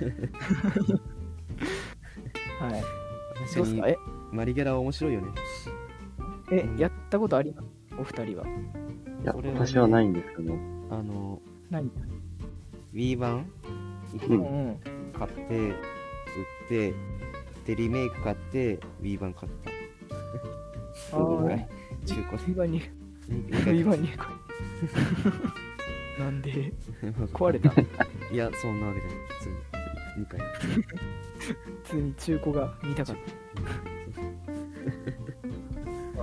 S3: はい。
S1: 確かにマリギャラは面白いよね。
S3: やったことありますお二人は？
S2: いや、私はないんですけど。
S3: 何？
S1: Wii 版買って、売って、で、リメイク買って、Wii 版買った。中古で。
S3: Wii 版に。Wii 版に。なんで壊れた
S1: いや、そんなわけじゃない。普通に。2回。
S3: 普通に中古が見たかった。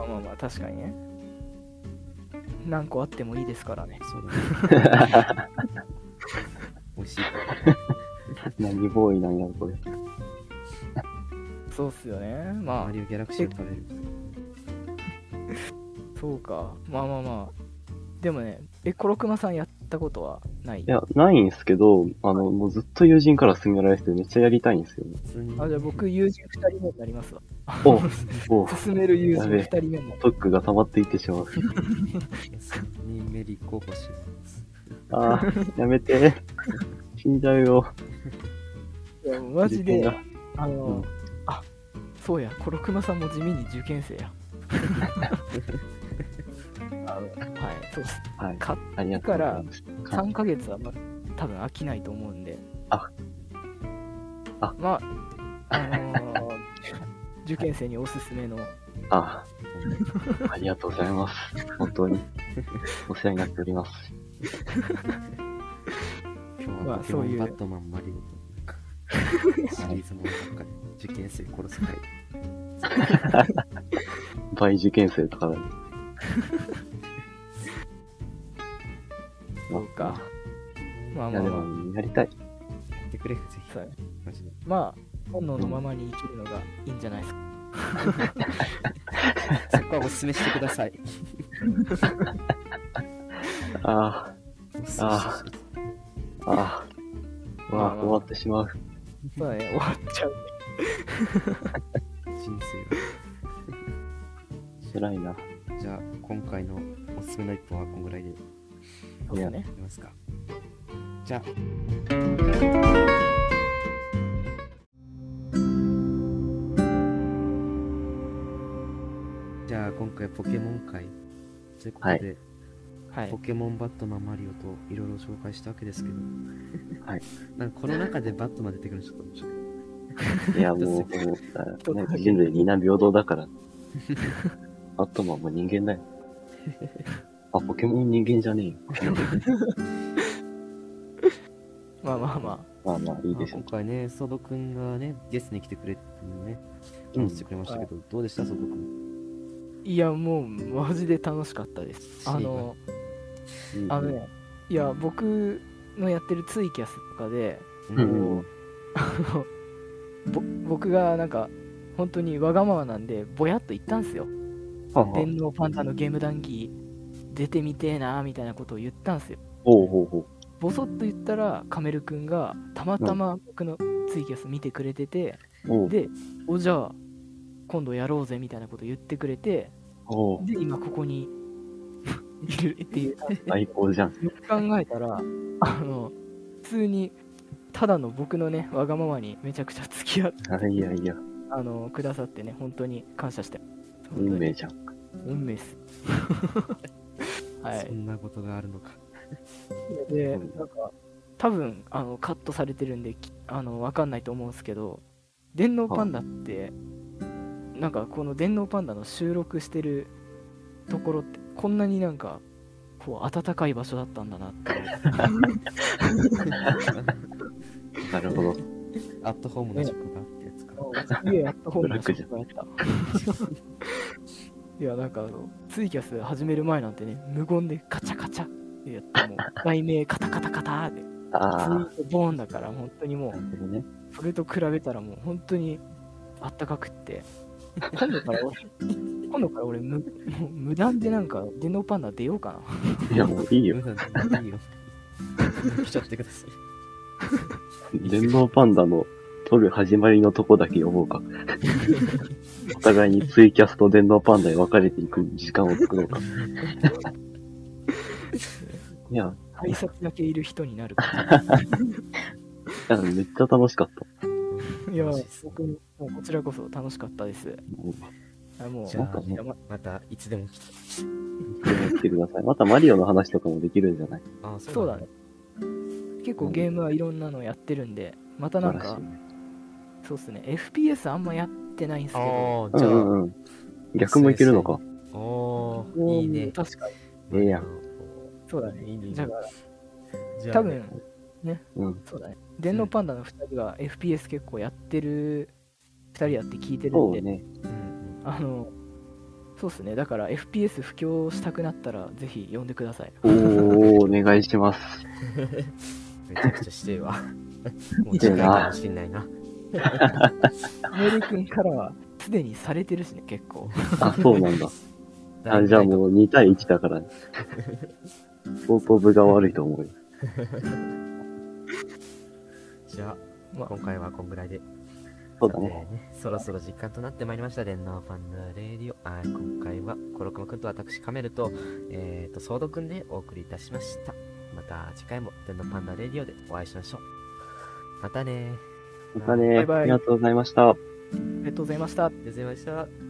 S3: まあ、確かにね。何個あってもいいですからね。
S1: そうだね。美味しい。
S2: 何ボーイなんやろ、これ。
S3: そうっすよね。まあ。
S1: マリオギャラクシーを食べる。
S3: そうか。まあ。でもね、コロクマさんやったことはない？
S2: いや、ないんすけど、もうずっと友人から勧められててめっちゃやりたいんですよね。
S3: じゃあ僕、友人2人目になりますわ。
S2: お
S3: 勧める友人2人目になる。
S2: トックが溜まっていってしまう。
S1: 3人目立候補し
S2: あ
S1: ます。
S2: やめて。死んじゃうよ。
S3: いや、マジで、そうや、コロクマさんも地味に受験生や。はい、そうです。
S2: はい。
S3: 買ってから3ヶ月は、多分飽きないと思うんで。まあ、受験生におすすめの。
S2: ありがとうございます。本当に。お世話になっております。
S1: 今日はポケモンバットマンマリオとシリーズもばっかり受験生殺す会。
S2: 倍受験生とかだね。
S3: そうか。まあ、
S2: でもやりたい。
S1: やってくれ、ぜひ。マジで。
S3: まあ、本能のままに生きるのがいいんじゃないですか。
S1: そこはおすすめしてください。
S2: 終わってしまう。
S3: そうだね、終わっちゃう。
S1: 人
S2: 生。辛いな。
S1: じゃあ、今回のおすすめの一本はこんぐらいで。
S3: そうやね。
S1: いきますか。じゃあ。じゃあ、今回ポケモン会ということで、ポケモンバットマンマリオといろいろ紹介したわけですけど、なんかこの中でバットマン出てくるのちょっと面白い。
S2: いや、もう、人類みんな平等だから。バットマンも人間だよ。ポケモン人間じゃねえよ。
S3: ま
S2: あ、いいでしょう。
S1: 今回ね、ソドくんがね、ゲストに来てくれてね、話してくれましたけど、どうでした、ソドくん？
S3: いや、もう、マジで楽しかったです。いや、僕のやってるツイキャスとかで、僕がなんか、本当にわがままなんで、ぼやっと言ったんすよ。電脳パンダのゲーム談義出てみてえなみたいなことを言ったんすよ。ボソッと言ったらカメルくんがたまたま僕のツイキャス見てくれてて、で、じゃあ今度やろうぜみたいなこと言ってくれて、で、今ここにいるっていう。
S2: 最高じゃん。
S3: よく考えたら、普通にただの僕のね、わがままにめちゃくちゃ付き合って、くださってね、本当に感謝して。
S2: 運命じゃん。
S3: 運命っす。はい。
S1: そんなことがあるのか。
S3: で、なんか、多分カットされてるんでわかんないと思うんですけど、電脳パンダって、なんかこの電脳パンダの収録してるところって、こんなになんか、こう、暖かい場所だったんだなって。
S2: なるほど。
S1: アットホームの職場ってやつか。
S3: いや、アットホームの職場やった。いや、なんかツイキャス始める前なんてね、無言でカチャカチャってやっても、題名カタカタカターで、ツイートボーンだから、本当にもう、それと比べたらもう本当にあったかくって、今度から俺無断でなんか電脳パンダ出ようか
S2: な。いや、もういいよ。いいよ。
S1: 来ちゃってくださ
S2: い。電脳パンダの撮る始まりのとこだけ読もうか。お互いにツイキャスと電脳パンダへ分かれていく時間を作ろうか。いや、
S3: 挨拶だけいる人になるから。
S2: いや、めっちゃ楽しかった。
S3: いや、僕もこちらこそ楽しかったです。
S1: もう、じゃあ、またいつでも
S2: 来てください。またマリオの話とかもできるんじゃない？
S3: そうだね。 結構ゲームはいろんなのやってるんで、またなんか、そうっすね、FPS あんまやってないんですけど。
S1: じゃあ、
S2: 逆もいけるのか。
S1: いいね。
S3: 確か
S2: に。やん。
S3: そうだね。
S1: いいね。
S3: だから、多分ね、そうだね。電脳パンダの2人は FPS 結構やってる2人だって聞いてるんで、
S2: ね、
S3: そうっすね。だから FPS 布教したくなったら、ぜひ呼んでください。
S2: お願いします。
S1: めちゃくちゃしてえわ。もう近いかもしんないな。
S3: カメル君からは、すでにされてるしね、結構。
S2: あ、そうなんだ。じゃあもう2対1だからね。相当分が悪いと思うよ。
S1: じゃあ、今回はこんぐらいで。
S2: そうだね。
S1: そろそろ時間となってまいりました。電脳パンダレディオ。今回はコロクマくんと私カメルと、ソードくんでお送りいたしました。また次回も電脳パンダレディオでお会いしましょう。またね。
S2: またね。
S3: バイバイ。
S2: ありがとうございました。
S3: ありがとうございました。
S1: ありがとうございました。